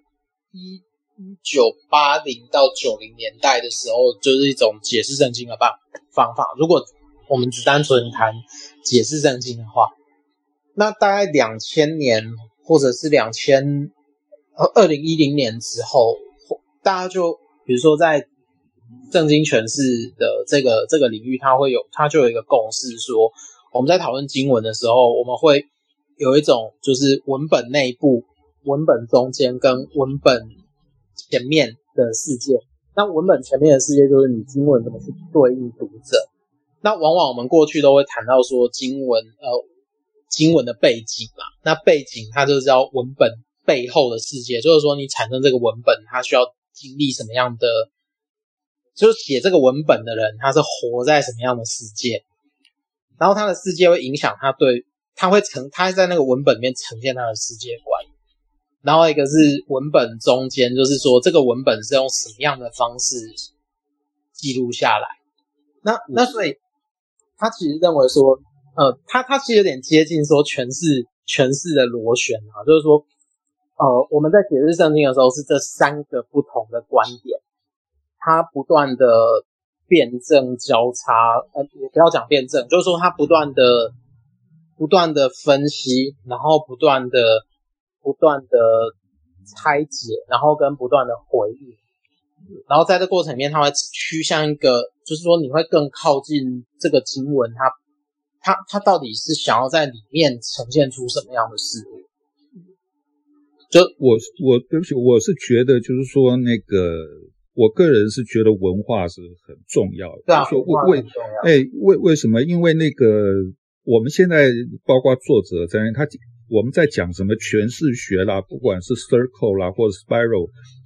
1980到90年代的时候，就是一种解释圣经的方法。如果我们只单纯谈解释圣经的话，那大概2000年或者是2010年之后，大家就比如说在圣经诠释的这个领域，它就有一个共识说，我们在讨论经文的时候，我们会有一种就是文本内部、文本中间跟文本前面的世界。那文本前面的世界就是你经文怎么去对应读者。那往往我们过去都会谈到说经文的背景嘛，那背景它就叫文本背后的世界，就是说你产生这个文本，它需要经历什么样的，就是写这个文本的人他是活在什么样的世界，然后他的世界会影响他他在那个文本里面呈现他的世界观。然后一个是文本中间，就是说这个文本是用什么样的方式记录下来。那所以他其实认为说他其实有点接近说诠释的螺旋啊，就是说我们在解释圣经的时候是这三个不同的观点，它不断的辩证交叉，也不要讲辩证，就是说它不断的分析，然后不断的拆解，然后跟不断的回应，然后在这过程里面它会趋向一个，就是说你会更靠近这个经文，它到底是想要在里面呈现出什么样的事物。就对不起，我是觉得就是说那个我个人是觉得文化是很重要的。 对啊，文化很重要。 为什么？因为那个我们现在包括作者在我们在讲什么诠释学啦，不管是 circle 啦或者 spiral，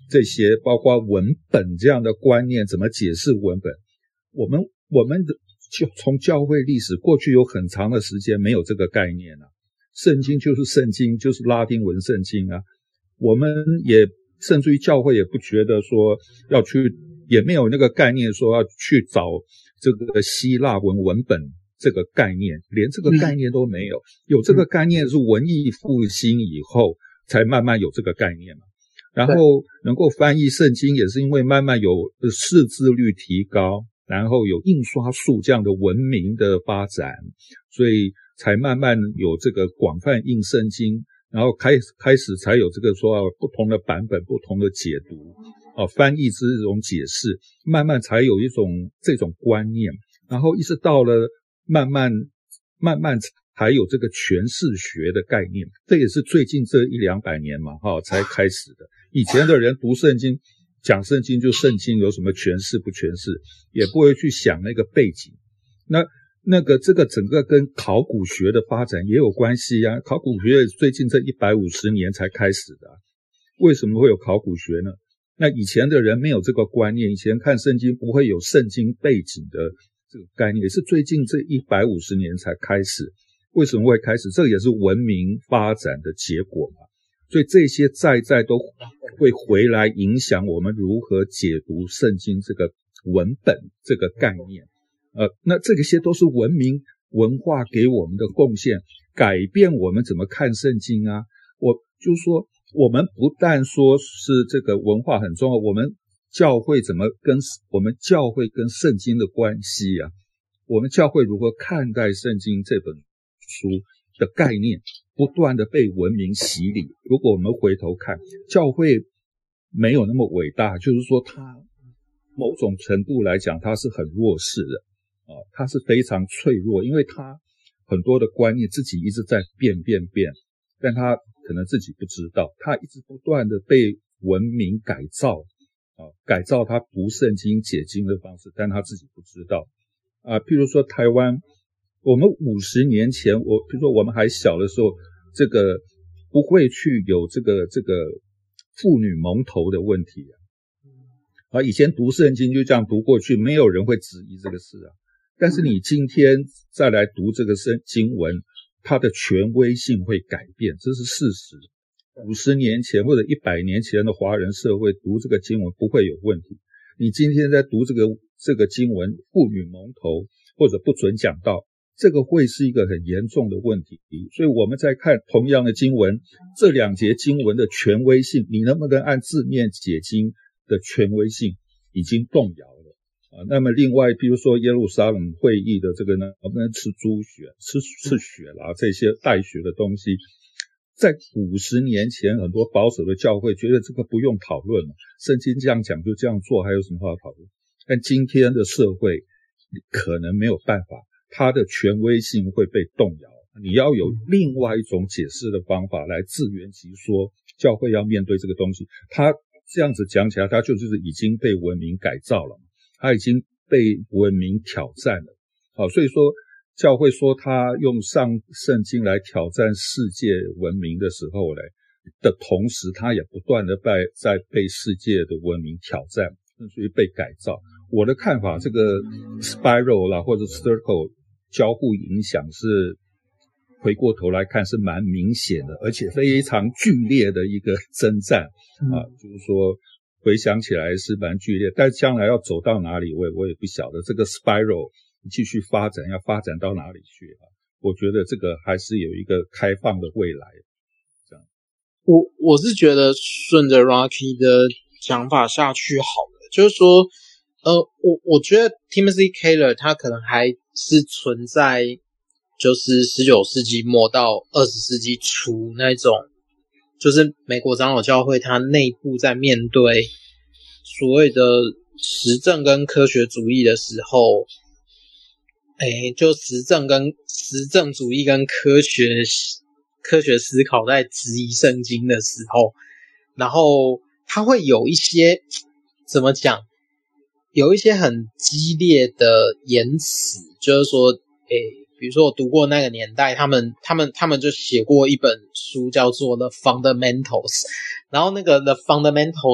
这些包括文本这样的观念，怎么解释文本，我们的从教会历史过去有很长的时间没有这个概念啊。圣经就是圣经，就是拉丁文圣经啊。我们也甚至于教会也不觉得说要去，也没有那个概念说要去找这个希腊文文本这个概念，连这个概念都没有。有这个概念是文艺复兴以后才慢慢有这个概念嘛。然后能够翻译圣经也是因为慢慢有识字率提高，然后有印刷术这样的文明的发展，所以才慢慢有这个广泛印圣经，然后开始才有这个说不同的版本不同的解读翻译之这种解释，慢慢才有一种这种观念，然后一直到了慢慢才有这个诠释学的概念，这也是最近这100-200年嘛才开始的。以前的人读圣经讲圣经就圣经，有什么诠释不诠释，也不会去想那个背景。那个这个整个跟考古学的发展也有关系啊，考古学最近这150年才开始的为什么会有考古学呢？那以前的人没有这个观念，以前看圣经不会有圣经背景的这个概念，也是最近这150年才开始。为什么会开始？这也是文明发展的结果嘛。所以这些在都会回来影响我们如何解读圣经这个文本这个概念。那这些都是文明文化给我们的贡献，改变我们怎么看圣经啊。我就是说，我们不但说是这个文化很重要，我们教会怎么跟我们教会跟圣经的关系啊？我们教会如何看待圣经这本书的概念，不断的被文明洗礼。如果我们回头看，教会没有那么伟大，就是说它某种程度来讲它是很弱势的它是非常脆弱，因为它很多的观念自己一直在变，但它可能自己不知道，它一直不断的被文明改造改造它读圣经解经的方式，但它自己不知道譬如说台湾，我们50年前，比如说我们还小的时候，这个不会去有这个妇女蒙头的问题以前读圣经就这样读过去，没有人会质疑这个事但是你今天再来读这个经文，它的权威性会改变，这是事实。50年前或者100年前的华人社会读这个经文不会有问题，你今天在读这个经文，妇女蒙头或者不准讲道，这个会是一个很严重的问题。所以我们在看同样的经文，这2节经文的权威性，你能不能按字面解经的权威性已经动摇了那么另外比如说耶路撒冷会议的这个呢，能不能吃猪血吃血啦，这些带血的东西，在50年前很多保守的教会觉得这个不用讨论了，圣经这样讲就这样做，还有什么话讨论？但今天的社会可能没有办法，它的权威性会被动摇，你要有另外一种解释的方法来自圆其说，教会要面对这个东西，它这样子讲起来，它就是已经被文明改造了，它已经被文明挑战了所以说教会说他用上圣经来挑战世界文明的时候的同时，他也不断的在被世界的文明挑战，甚至于被改造。我的看法，这个 spiral 啦或者 circle 交互影响是回过头来看是蛮明显的，而且非常剧烈的一个征战就是说回想起来是蛮剧烈，但将来要走到哪里我也不晓得，这个 spiral 继续发展要发展到哪里去我觉得这个还是有一个开放的未来这样。 我是觉得顺着 Rocky 的讲法下去好了，就是说我觉得 Timothy Keller 他可能还是存在就是19世纪末到20世纪初那种，就是美国长老教会它内部在面对所谓的实证跟科学主义的时候就实证主义跟科学思考在质疑圣经的时候，然后它会有一些怎么讲，有一些很激烈的言辞，就是说比如说我读过那个年代，他们就写过一本书叫做 The Fundamentals， 然后那个 The Fundamentals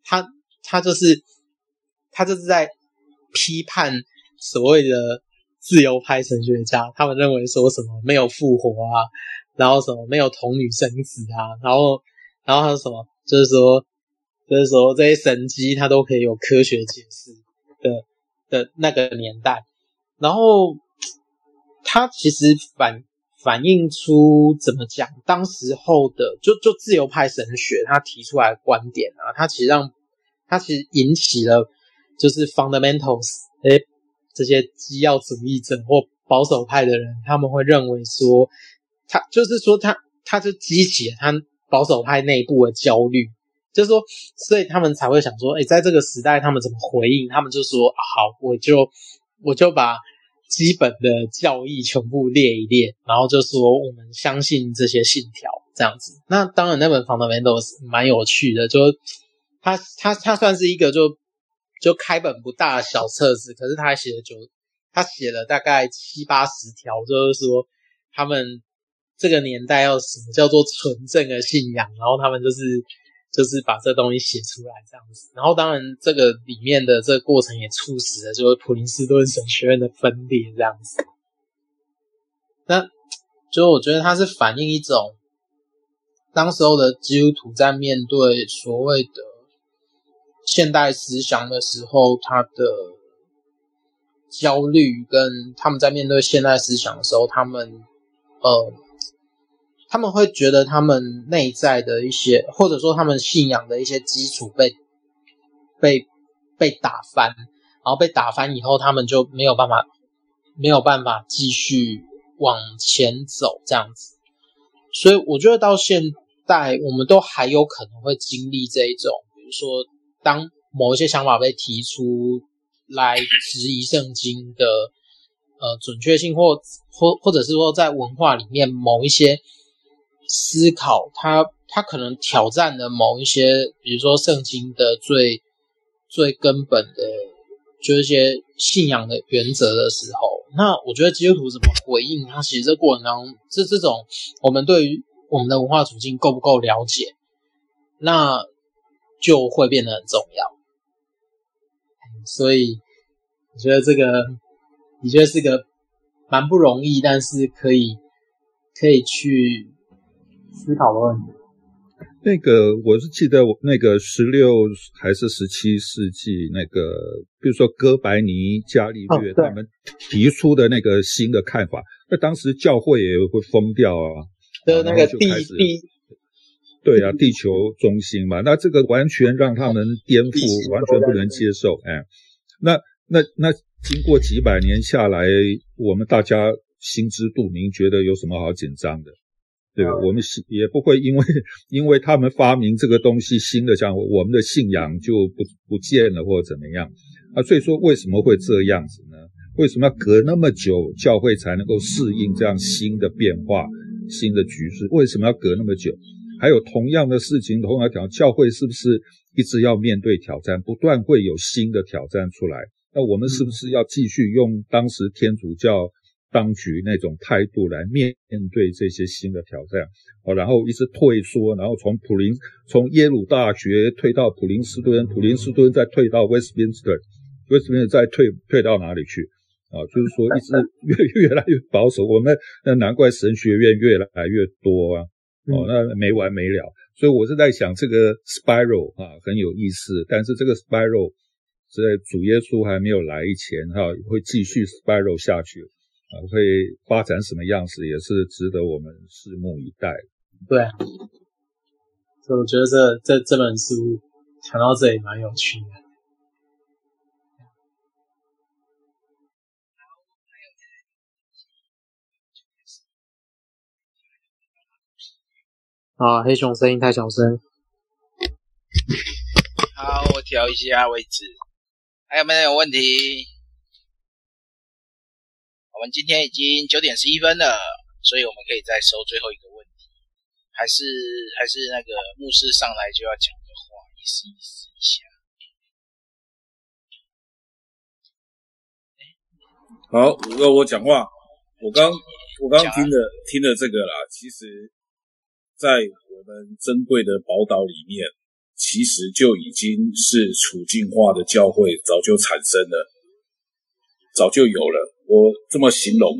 他就是在批判所谓的自由派神学家，他们认为说什么没有复活啊，然后什么没有童女生子啊，然后还有什么就是说这些神迹它都可以有科学解释的那个年代，然后它其实反映出怎么讲，当时候的就自由派神学他提出来的观点啊，它其实引起了就是 fundamentals 这些基要主义者或保守派的人，他们会认为说他就激起了他保守派内部的焦虑，就是说所以他们才会想说在这个时代他们怎么回应，他们就说好，我就把基本的教义全部列一列，然后就说我们相信这些信条这样子。那当然那本 Fundamentals 蛮有趣的，就它算是一个就开本不大的小册子，可是他写了大概70-80条，就是说他们这个年代要什么叫做纯正的信仰，然后他们就是把这东西写出来这样子。然后当然这个里面的这个过程也促使了就是普林斯顿神学院的分裂这样子。那就我觉得它是反映一种当时候的基督徒在面对所谓的现代思想的时候，他的焦虑跟他们在面对现代思想的时候，他们会觉得他们内在的一些，或者说他们信仰的一些基础被打翻，然后被打翻以后，他们就没有办法继续往前走这样子。所以我觉得到现代我们都还有可能会经历这一种，比如说当某一些想法被提出来质疑圣经的准确性，或者是说在文化里面某一些思考，它可能挑战了某一些，比如说圣经的最根本的就是一些信仰的原则的时候，那我觉得基督徒怎么回应它，其实这过程当中这种我们对于我们的文化处境够不够了解，那就会变得很重要。所以我觉得这个的确是个蛮不容易，但是可以去思考的问题。 那个我是记得那个16还是17世纪那个，比如说哥白尼、伽利略他们提出的那个新的看法，那当时教会也会疯掉啊， 就是那个对啊，地球中心嘛，那这个完全让他们颠覆，完全不能接受。那经过几百年下来，我们大家心知肚明，觉得有什么好紧张的？对吧？我们也不会因为他们发明这个东西新的，像我们的信仰就不见了或者怎么样啊？所以说为什么会这样子呢？为什么要隔那么久教会才能够适应这样新的变化、新的局势？为什么要隔那么久？还有同样的事情，同样挑战，教会是不是一直要面对挑战，不断会有新的挑战出来？那我们是不是要继续用当时天主教当局那种态度来面对这些新的挑战？然后一直退缩，然后从耶鲁大学退到普林斯顿，普林斯顿再退到威斯敏斯特再退到哪里去？就是说一直越来越保守，我们难怪神学院越来越多啊。那没完没了，所以我是在想这个 spiral 很有意思，但是这个 spiral 在主耶稣还没有来以前会继续 spiral 下去会发展什么样子，也是值得我们拭目以待。 对啊，所以我觉得这本书讲到这里蛮有趣的。黑熊声音太小声。 好，我调一下位置。还有没有问题？我们今天已经9点11分了，所以我们可以再收最后一个问题。还是那个牧师上来就要讲的话，意思一下。 好，让我讲话。我刚听了这个啦，其实在我们珍贵的宝岛里面， 其实就已经是处境化的教会早就产生了，早就有了。我这么形容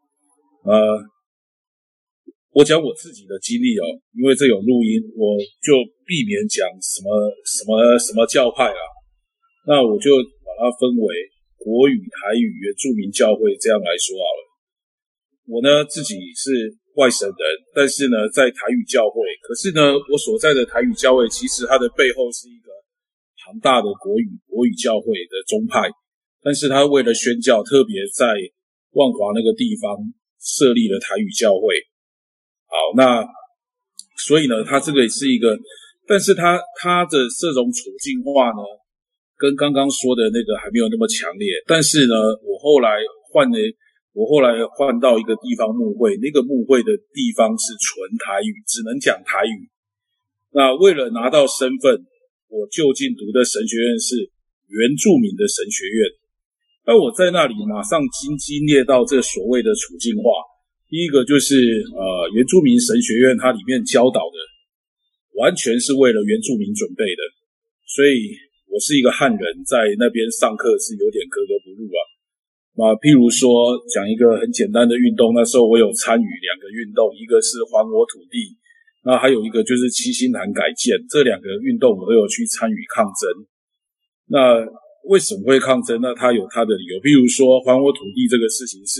我讲我自己的经历因为这有录音，我就避免讲什么教派啦。那我就把它分为国语、台语、原住民教会这样来说好了。我呢自己是外省人，但是呢在台语教会，可是呢我所在的台语教会其实它的背后是一个庞大的国语教会的宗派，但是他为了宣教，特别在万华那个地方设立了台语教会。好，那所以呢他这个也是一个，但是他的这种处境化呢跟刚刚说的那个还没有那么强烈。但是呢我后来换到一个地方牧会，那个牧会的地方是纯台语，只能讲台语。那为了拿到身份，我就近读的神学院是原住民的神学院。那我在那里马上经历到这所谓的处境化。第一个就是原住民神学院它里面教导的完全是为了原住民准备的，所以我是一个汉人，在那边上课是有点格格不入譬如说讲一个很简单的运动，那时候我有参与2个运动，一个是还我土地，那还有一个就是七星潭改建，这2个运动我都有去参与抗争。那为什么会抗争？那它有它的理由，譬如说还我土地这个事情是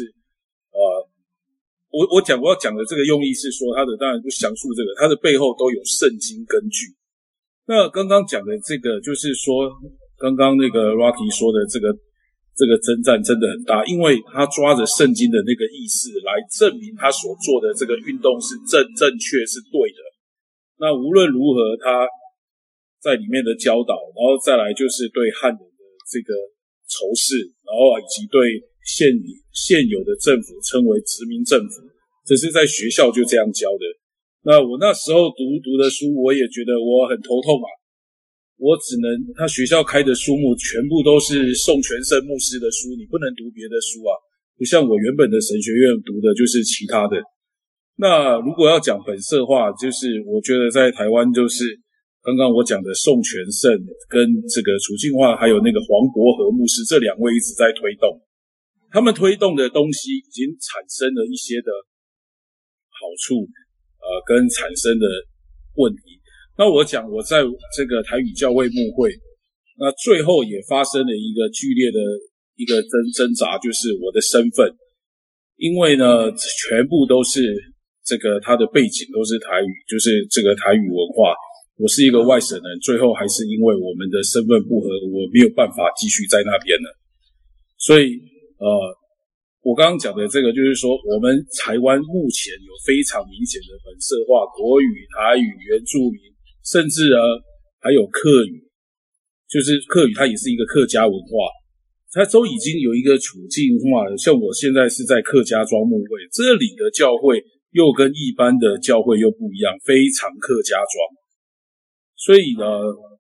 我要讲的这个用意是说，它的当然不详述这个，它的背后都有圣经根据。那刚刚讲的这个就是说，刚刚那个 Rocky 说的这个征战真的很大，因为他抓着圣经的那个意思来证明他所做的这个运动是正确是对的。那无论如何他在里面的教导，然后再来就是对汉人的这个仇视，然后以及对现有的政府称为殖民政府，这是在学校就这样教的。那我那时候读的书，我也觉得我很头痛我只能他学校开的书目全部都是宋全胜牧师的书，你不能读别的书不像我原本的神学院读的就是其他的。那如果要讲本色化，就是我觉得在台湾就是刚刚我讲的宋全胜跟这个楚净化还有那个黄国和牧师，这2位一直在推动，他们推动的东西已经产生了一些的好处跟产生的问题。那我讲我在这个台语教会牧会，那最后也发生了一个剧烈的一个挣扎，就是我的身份，因为呢全部都是这个他的背景都是台语，就是这个台语文化，我是一个外省人，最后还是因为我们的身份不合，我没有办法继续在那边了。所以我刚刚讲的这个就是说，我们台湾目前有非常明显的本色化，国语、台语、原住民，甚至还有客语，就是客语它也是一个客家文化，它都已经有一个处境化了。像我现在是在客家庄牧会，这里的教会又跟一般的教会又不一样，非常客家庄。所以呢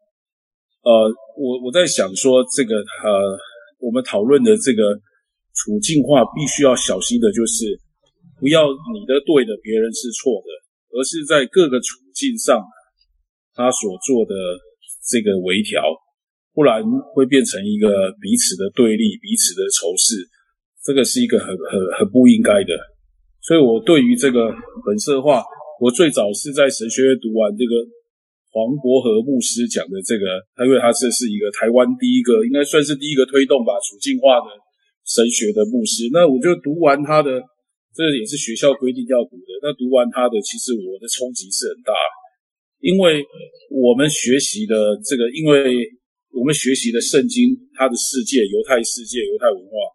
我在想说这个我们讨论的这个处境化必须要小心的就是不要你的对的别人是错的，而是在各个处境上他所做的这个微调，不然会变成一个彼此的对立，彼此的仇视，这个是一个很不应该的。所以我对于这个本色化，我最早是在神学院读完这个黄国和牧师讲的这个，因为他这是一个台湾第一个，应该算是第一个推动吧处境化的神学的牧师。那我就读完他的，这也是学校规定要读的，那读完他的其实我的冲击是很大，因为我们学习的这个，因为我们学习的圣经它的世界，犹太世界，犹太文化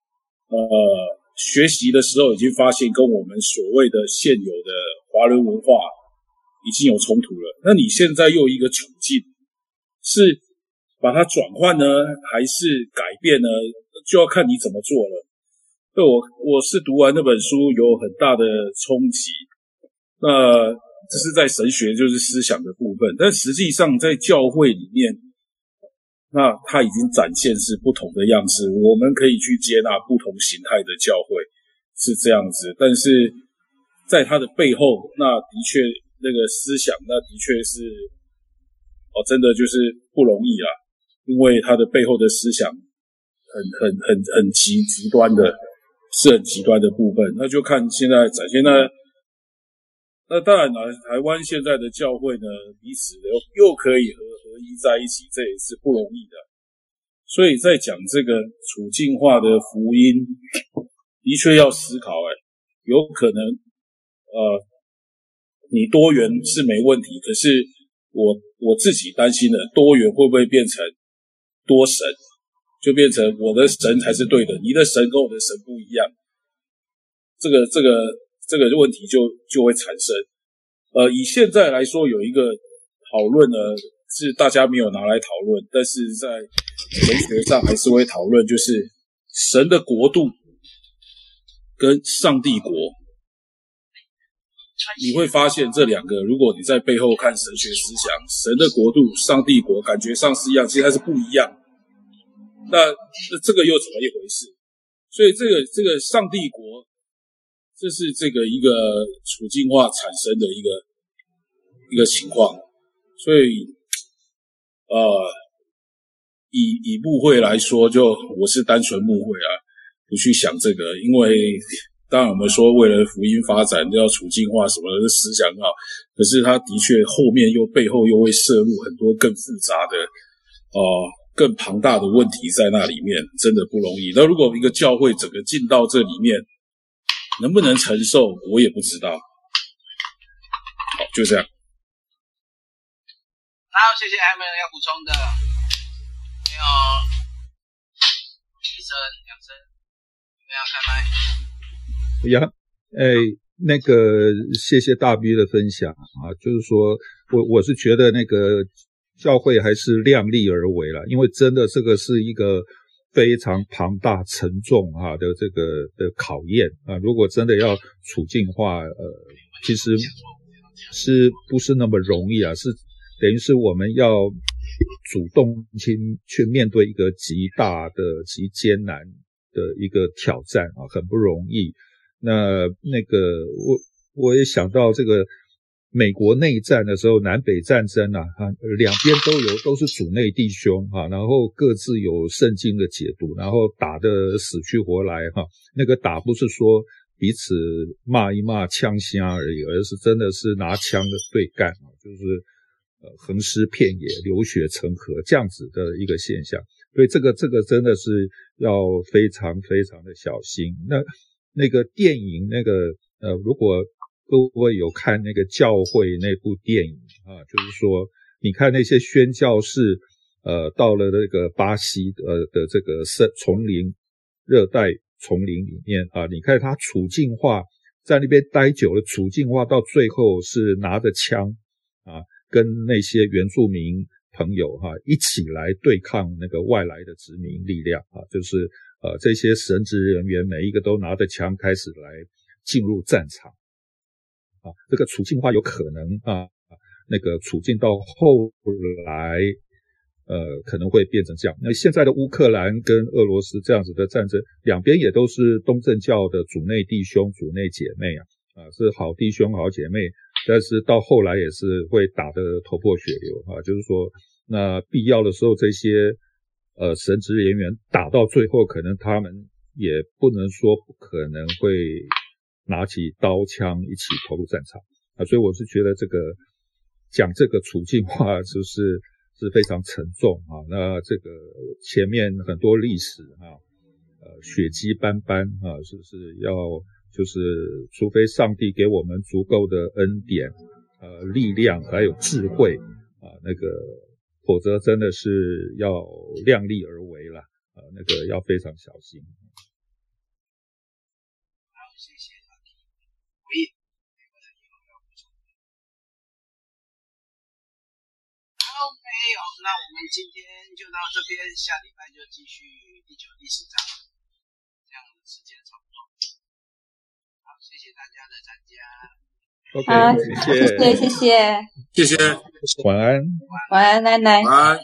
学习的时候已经发现跟我们所谓的现有的华人文化已经有冲突了。那你现在又一个处境是把它转换呢，还是改变呢，就要看你怎么做了。对，我是读完那本书有很大的冲击，那这是在神学就是思想的部分，但实际上在教会里面，那它已经展现是不同的样式，我们可以去接纳不同形态的教会是这样子，但是在它的背后，那的确那个思想，那的确是真的就是不容易啊，因为他的背后的思想很极端的，是很极端的部分。那就看现在展现那当然了，台湾现在的教会呢，彼此又可以合一在一起，这也是不容易的。所以在讲这个处境化的福音，的确要思考，有可能你多元是没问题，可是我自己担心的，多元会不会变成多神，就变成我的神才是对的，你的神跟我的神不一样，这个问题就会产生。以现在来说，有一个讨论呢，是大家没有拿来讨论，但是在神学上还是会讨论，就是神的国度跟上帝国。你会发现这两个，如果你在背后看神学思想，神的国度、上帝国感觉上是一样，其实它是不一样。那这个又怎么一回事？所以这个上帝国，这是这个一个处境化产生的一个情况。所以以牧会来说，就我是单纯牧会啊，不去想这个，因为当然我们说为了福音发展要处境化什么的思想很好，可是它的确背后又会涉入很多更复杂的更庞大的问题在那里面，真的不容易。那如果一个教会整个进到这里面，能不能承受我也不知道。好，就这样。 好，谢谢，还有没有人要补充的？没有。一声两声，你们要开麦。 那个谢谢大 B 的分享啊，就是说我是觉得那个教会还是量力而为啦，因为真的这个是一个非常庞大沉重的这个的考验啊，如果真的要处境化其实是不是那么容易啊，是等于是我们要主动去面对一个极大的极艰难的一个挑战啊，很不容易。那个我也想到这个美国内战的时候，南北战争两边都是主内弟兄然后各自有圣经的解读，然后打得死去活来那个打不是说彼此骂一骂枪瞎而已，而是真的是拿枪的对干就是横尸遍野流血成河这样子的一个现象。所以这个真的是要非常非常的小心。那个电影如果各位有看那个教会那部电影就是说你看那些宣教士到了那个巴西的这个丛林热带丛林里面你看他处境化，在那边待久了，处境化到最后是拿着枪跟那些原住民朋友一起来对抗那个外来的殖民力量就是这些神职人员每一个都拿着枪开始来进入战场这个处境化有可能那个处境到后来可能会变成这样。那现在的乌克兰跟俄罗斯这样子的战争，两边也都是东正教的主内弟兄主内姐妹是好弟兄好姐妹，但是到后来也是会打得头破血流就是说那必要的时候这些神职人员打到最后，可能他们也不能说不可能会拿起刀枪一起投入战场所以我是觉得讲这个处境化是非常沉重那这个前面很多历史血迹斑斑是不是要就是除非上帝给我们足够的恩典力量还有智慧否则真的是要量力而为啦要非常小心。 好，谢谢回应。好，没有，那我们今天就到这边，下礼拜就继续第9、第10章，这样的时间差不多。好，谢谢大家的参加。 好，谢谢。 谢谢， 晚安， 晚安，奶奶。 晚安。